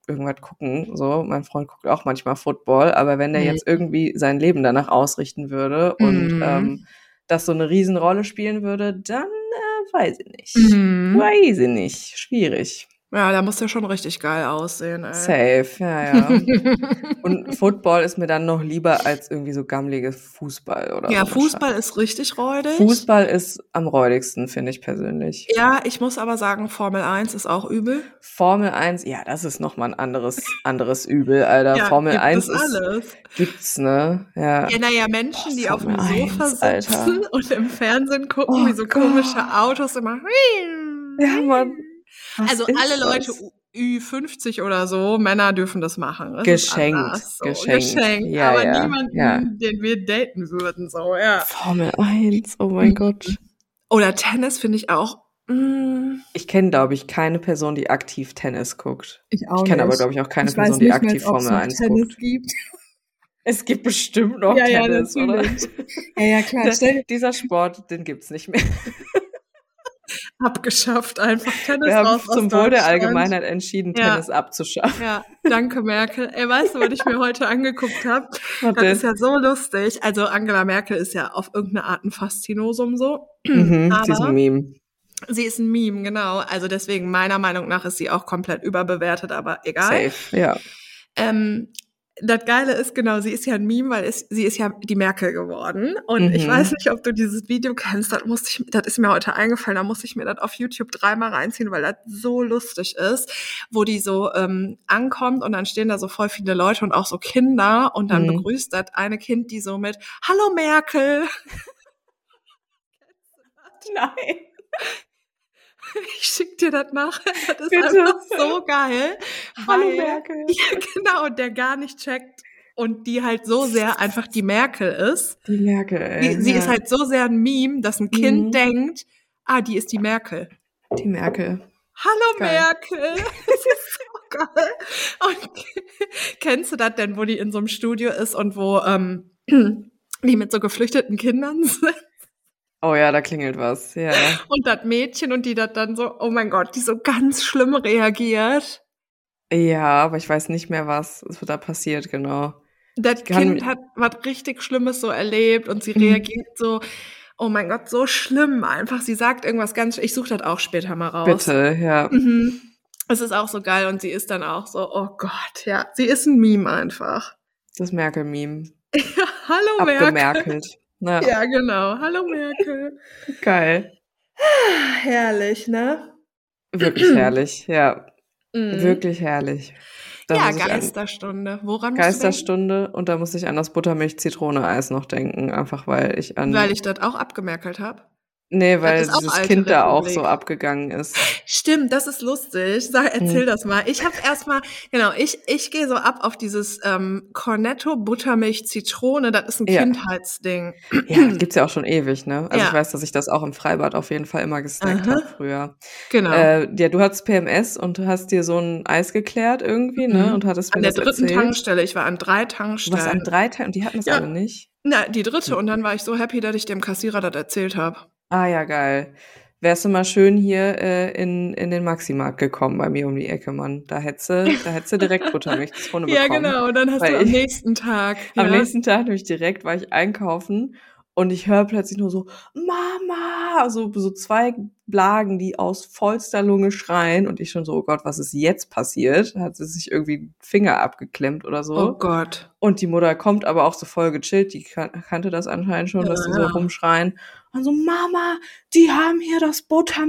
irgendwas gucken. So, mein Freund guckt auch manchmal Football, aber wenn der Mhm. jetzt irgendwie sein Leben danach ausrichten würde und Mhm. ähm, das so eine Riesenrolle spielen würde, dann äh, weiß ich nicht. Mhm. Weiß ich nicht. Schwierig. Ja, da muss der schon richtig geil aussehen, ey. Safe, ja, ja. Und Football ist mir dann noch lieber als irgendwie so gammeliges Fußball oder Ja, so. Fußball ist richtig räudig. Fußball ist am räudigsten, finde ich persönlich. Ja, ich muss aber sagen, Formel eins ist auch übel. Formel eins, ja, das ist nochmal ein anderes, anderes Übel, Alter. Ja, Formel gibt eins es ist, alles. gibt's, ne? Ja. Ja, naja, Menschen, Boah, die auf dem Formel Sofa eins, Alter. sitzen und im Fernsehen gucken, Oh wie so Gott. komische Autos immer. Ja, Mann. Was Also ist alle Leute das? Ü fünfzig oder so, Männer dürfen das machen. Das Geschenkt, ist anders, so. geschenkt. Geschenkt, Ja, aber ja, niemanden, ja. den wir daten würden, so, ja. Formel eins, oh mein Gott. Oder Tennis finde ich auch. Mm, Ich kenne, glaube ich, keine Person, die aktiv Tennis guckt. ich auch Ich kenne aber, nicht. glaube ich, auch keine Ich Person, weiß die nicht aktiv mal, ob es Formel noch eins Tennis guckt. gibt. Es gibt bestimmt noch Ja, ja, Tennis, oder? natürlich. Ja, ja, klar. Der, Stell dir dieser Sport, den gibt's nicht mehr. abgeschafft einfach. Tennis Wir haben raus aus zum Wohl der Deutschland. Allgemeinheit entschieden, Ja. Tennis abzuschaffen. Ja, danke Merkel. Ey, weißt du, was ich mir heute angeguckt habe? Was Das denn? ist ja so lustig. Also Angela Merkel ist ja auf irgendeine Art ein Faszinosum so. Mhm, sie ist ein Aber Meme. sie ist ein Meme, genau. Also deswegen meiner Meinung nach ist sie auch komplett überbewertet, aber egal. Safe, ja. Ähm, das Geile ist, genau, sie ist ja ein Meme, weil es, sie ist ja die Merkel geworden. Und Mhm. ich weiß nicht, ob du dieses Video kennst, das musste ich, das ist mir heute eingefallen, da musste ich mir das auf YouTube dreimal reinziehen, weil das so lustig ist, wo die so ähm, ankommt und dann stehen da so voll viele Leute und auch so Kinder und dann Mhm. begrüßt das eine Kind die so mit Hallo Merkel. Nein. Ich schick dir das nachher. Das ist Bitte. einfach so geil. Hallo weil- Merkel. Ja, genau, der gar nicht checkt und die halt so sehr einfach die Merkel ist. Die Merkel, ey. Die, sie ja. ist halt so sehr ein Meme, dass ein Kind Mhm. denkt, ah, die ist die Merkel. Die Merkel. Hallo Geil. Merkel. Das ist so geil. Und kennst du das denn, wo die in so einem Studio ist und wo ähm, die mit so geflüchteten Kindern sind? Oh ja, da klingelt was. Ja. Und das Mädchen und die das dann so, oh mein Gott, die so ganz schlimm reagiert. Ja, aber ich weiß nicht mehr, was, was da passiert, genau. Das kann Kind mich- hat was richtig Schlimmes so erlebt und sie Mhm. reagiert so, oh mein Gott, so schlimm einfach. Sie sagt irgendwas ganz, ich suche das auch später mal raus. Bitte, ja. Mhm. Es ist auch so geil und sie ist dann auch so, oh Gott, ja, sie ist ein Meme einfach. Das Merkel-Meme. Hallo Merkel. Abgemerkelt. Ja, Ja, genau. Hallo Merkel. geil. Herrlich, ne? Wirklich herrlich, ja. Mhm. Wirklich herrlich. Da Ja, muss ich an- Geisterstunde. Woran musst du Geisterstunde und da muss ich an das Buttermilch-Zitrone-Eis noch denken, einfach weil ich an... denken? Weil ich das auch abgemerkelt habe. nee, weil ist auch dieses alte Kind da auch Republik. so abgegangen ist. Stimmt, das ist lustig. Sag, erzähl Mhm. das mal. Ich habe erstmal, genau, ich ich gehe so ab auf dieses ähm, Cornetto Buttermilch Zitrone. Das ist ein Ja. Kindheitsding. Ja, das gibt's ja auch schon ewig, ne? Also Ja. ich weiß, dass ich das auch im Freibad auf jeden Fall immer gesnackt Aha. habe früher. Genau. Äh, ja, du hattest P M S und hast dir so ein Eis geklärt irgendwie, ne? Mhm. Und hattest An mir der das dritten erzählt. Tankstelle. Ich war an drei Du warst Tankstellen. an drei Tagen und die hatten das Ja. alle nicht. Na, die dritte. Und dann war ich so happy, dass ich dem Kassierer das erzählt habe. Ah ja, geil. Wärst du mal schön hier äh, in, in den Maximarkt gekommen bei mir um die Ecke, Mann. Da hättest du, da hättest du direkt Buttermilchzitrone bekommen. Ja, genau. Und dann hast Weil du am ich- nächsten Tag. Am ja. nächsten Tag nämlich direkt war ich einkaufen und ich höre plötzlich nur so, Mama, also so zwei Blagen, die aus vollster Lunge schreien und ich schon so, oh Gott, was ist jetzt passiert? Hat sie sich irgendwie den Finger abgeklemmt oder so. Oh Gott. Und die Mutter kommt aber auch so voll gechillt, die kan- kannte das anscheinend schon, dass die so Ja. rumschreien. Und so, Mama, die haben hier das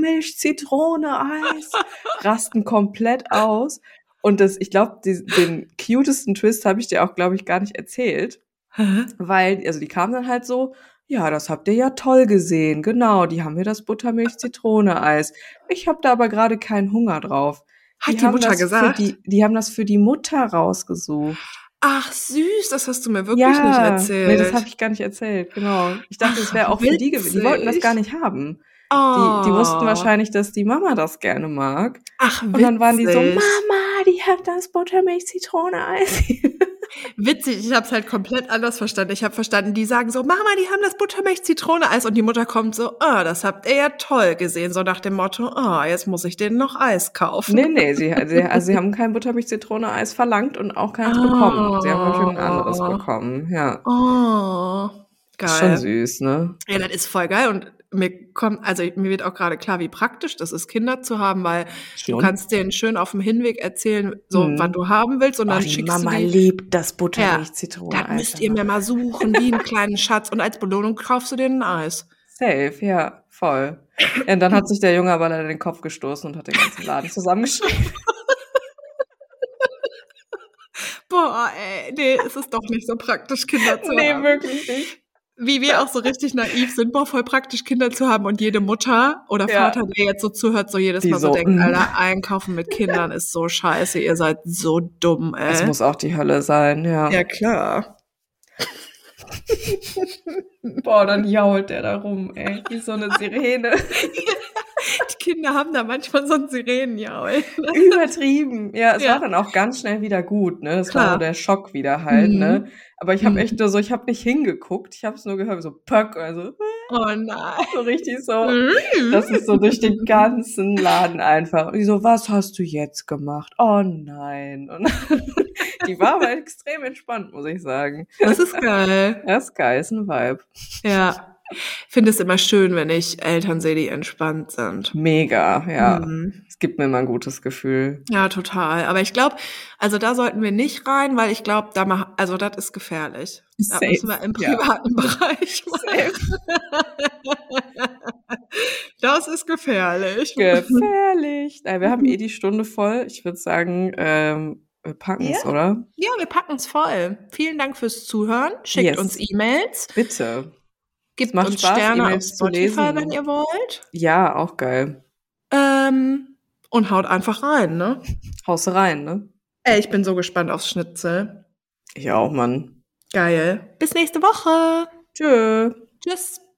Buttermilch-Zitrone-Eis. Rasten komplett aus. Und das, ich glaube, den cutesten Twist habe ich dir auch, glaube ich, gar nicht erzählt. Hä? Weil, also die kamen dann halt so, ja, das habt ihr ja toll gesehen. Genau, die haben hier das Buttermilch-Zitrone-Eis. Ich habe da aber gerade keinen Hunger drauf. Hat die haben Mutter das gesagt? Für die, die haben das für die Mutter rausgesucht. Ach süß, das hast du mir wirklich nicht erzählt. Nee, das habe ich gar nicht erzählt, genau. Ich dachte, Ach, es wäre auch für die gewesen. Die wollten das witzig. gar nicht haben. oh. Die, die wussten wahrscheinlich, dass die Mama das gerne mag. Ach, Und dann waren die so, witzig. Mama, die hat das Buttermilch-Zitrone-Eis. Witzig, ich habe es halt komplett anders verstanden. Ich habe verstanden, die sagen so, Mama, die haben das Buttermilch-Zitrone-Eis und die Mutter kommt so, ah, das habt ihr ja toll gesehen, so nach dem Motto, ah, jetzt muss ich denen noch Eis kaufen. Nee, nee, sie, sie, also sie haben kein Buttermilch-Zitrone-Eis verlangt und auch keins ah, bekommen. Sie haben wirklich ein anderes bekommen, ja. Oh, geil. Ist schon süß, ne? Ja, das ist voll geil und mir kommt, also mir wird auch gerade klar, wie praktisch das ist, Kinder zu haben, weil schon. Du kannst denen schön auf dem Hinweg erzählen, so hm. was du haben willst und oh, dann die schickst Mama du die. liebt das Buttermilch-Zitrone-Eis. Ja, das müsst ihr mir mal suchen, wie einen kleinen Schatz und als Belohnung kaufst du denen ein Eis. Safe, ja, voll. Ja, und dann hat sich der Junge aber leider den Kopf gestoßen und hat den ganzen Laden zusammengeschrieben. Boah, ey, nee, es ist doch nicht so praktisch, Kinder zu nee, haben. Nee, wirklich nicht. Wie wir auch so richtig naiv sind, boah, voll praktisch, Kinder zu haben und jede Mutter oder Vater, ja. der jetzt so zuhört, so jedes die Mal so, so denkt, Alter, einkaufen mit Kindern ist so scheiße, ihr seid so dumm, ey. Das muss auch die Hölle sein, ja. Ja, klar. Boah, dann jault der da rum, ey, wie so eine Sirene. Die Kinder haben da manchmal so ein Sirenenjaul. Übertrieben. Ja, es ja. war dann auch ganz schnell wieder gut, ne? Das Klar. war so der Schock wieder halt, mhm. ne? Aber ich habe echt nur so, ich habe nicht hingeguckt, ich habe es nur gehört, so Pöck, also oh nein. So richtig so, das ist so durch den ganzen Laden einfach. Und ich so, was hast du jetzt gemacht? Oh nein. Und die war aber extrem entspannt, muss ich sagen. Das ist geil. Das ist geil, ist ein Vibe. Ja. Ich finde es immer schön, wenn ich Eltern sehe, die entspannt sind. Mega, ja. Mhm. Es gibt mir immer ein gutes Gefühl. Ja, total. Aber ich glaube, also da sollten wir nicht rein, weil ich glaube, da mach, also das ist gefährlich. Safe. Da müssen wir im privaten ja. Bereich machen. Das ist gefährlich. Gefährlich. Nein, wir haben eh die Stunde voll. Ich würde sagen, ähm, wir packen es, ja. oder? Ja, wir packen es voll. Vielen Dank fürs Zuhören. Schickt yes. uns E-Mails. Bitte. Gebt uns Spaß, Sterne E-Mails auf Spotify, wenn ihr wollt. Ja, auch geil. Ähm, und haut einfach rein, ne? Haust rein, ne? Ey, ich bin so gespannt aufs Schnitzel. Ich auch, Mann. Geil. Bis nächste Woche. Tschö. Tschüss.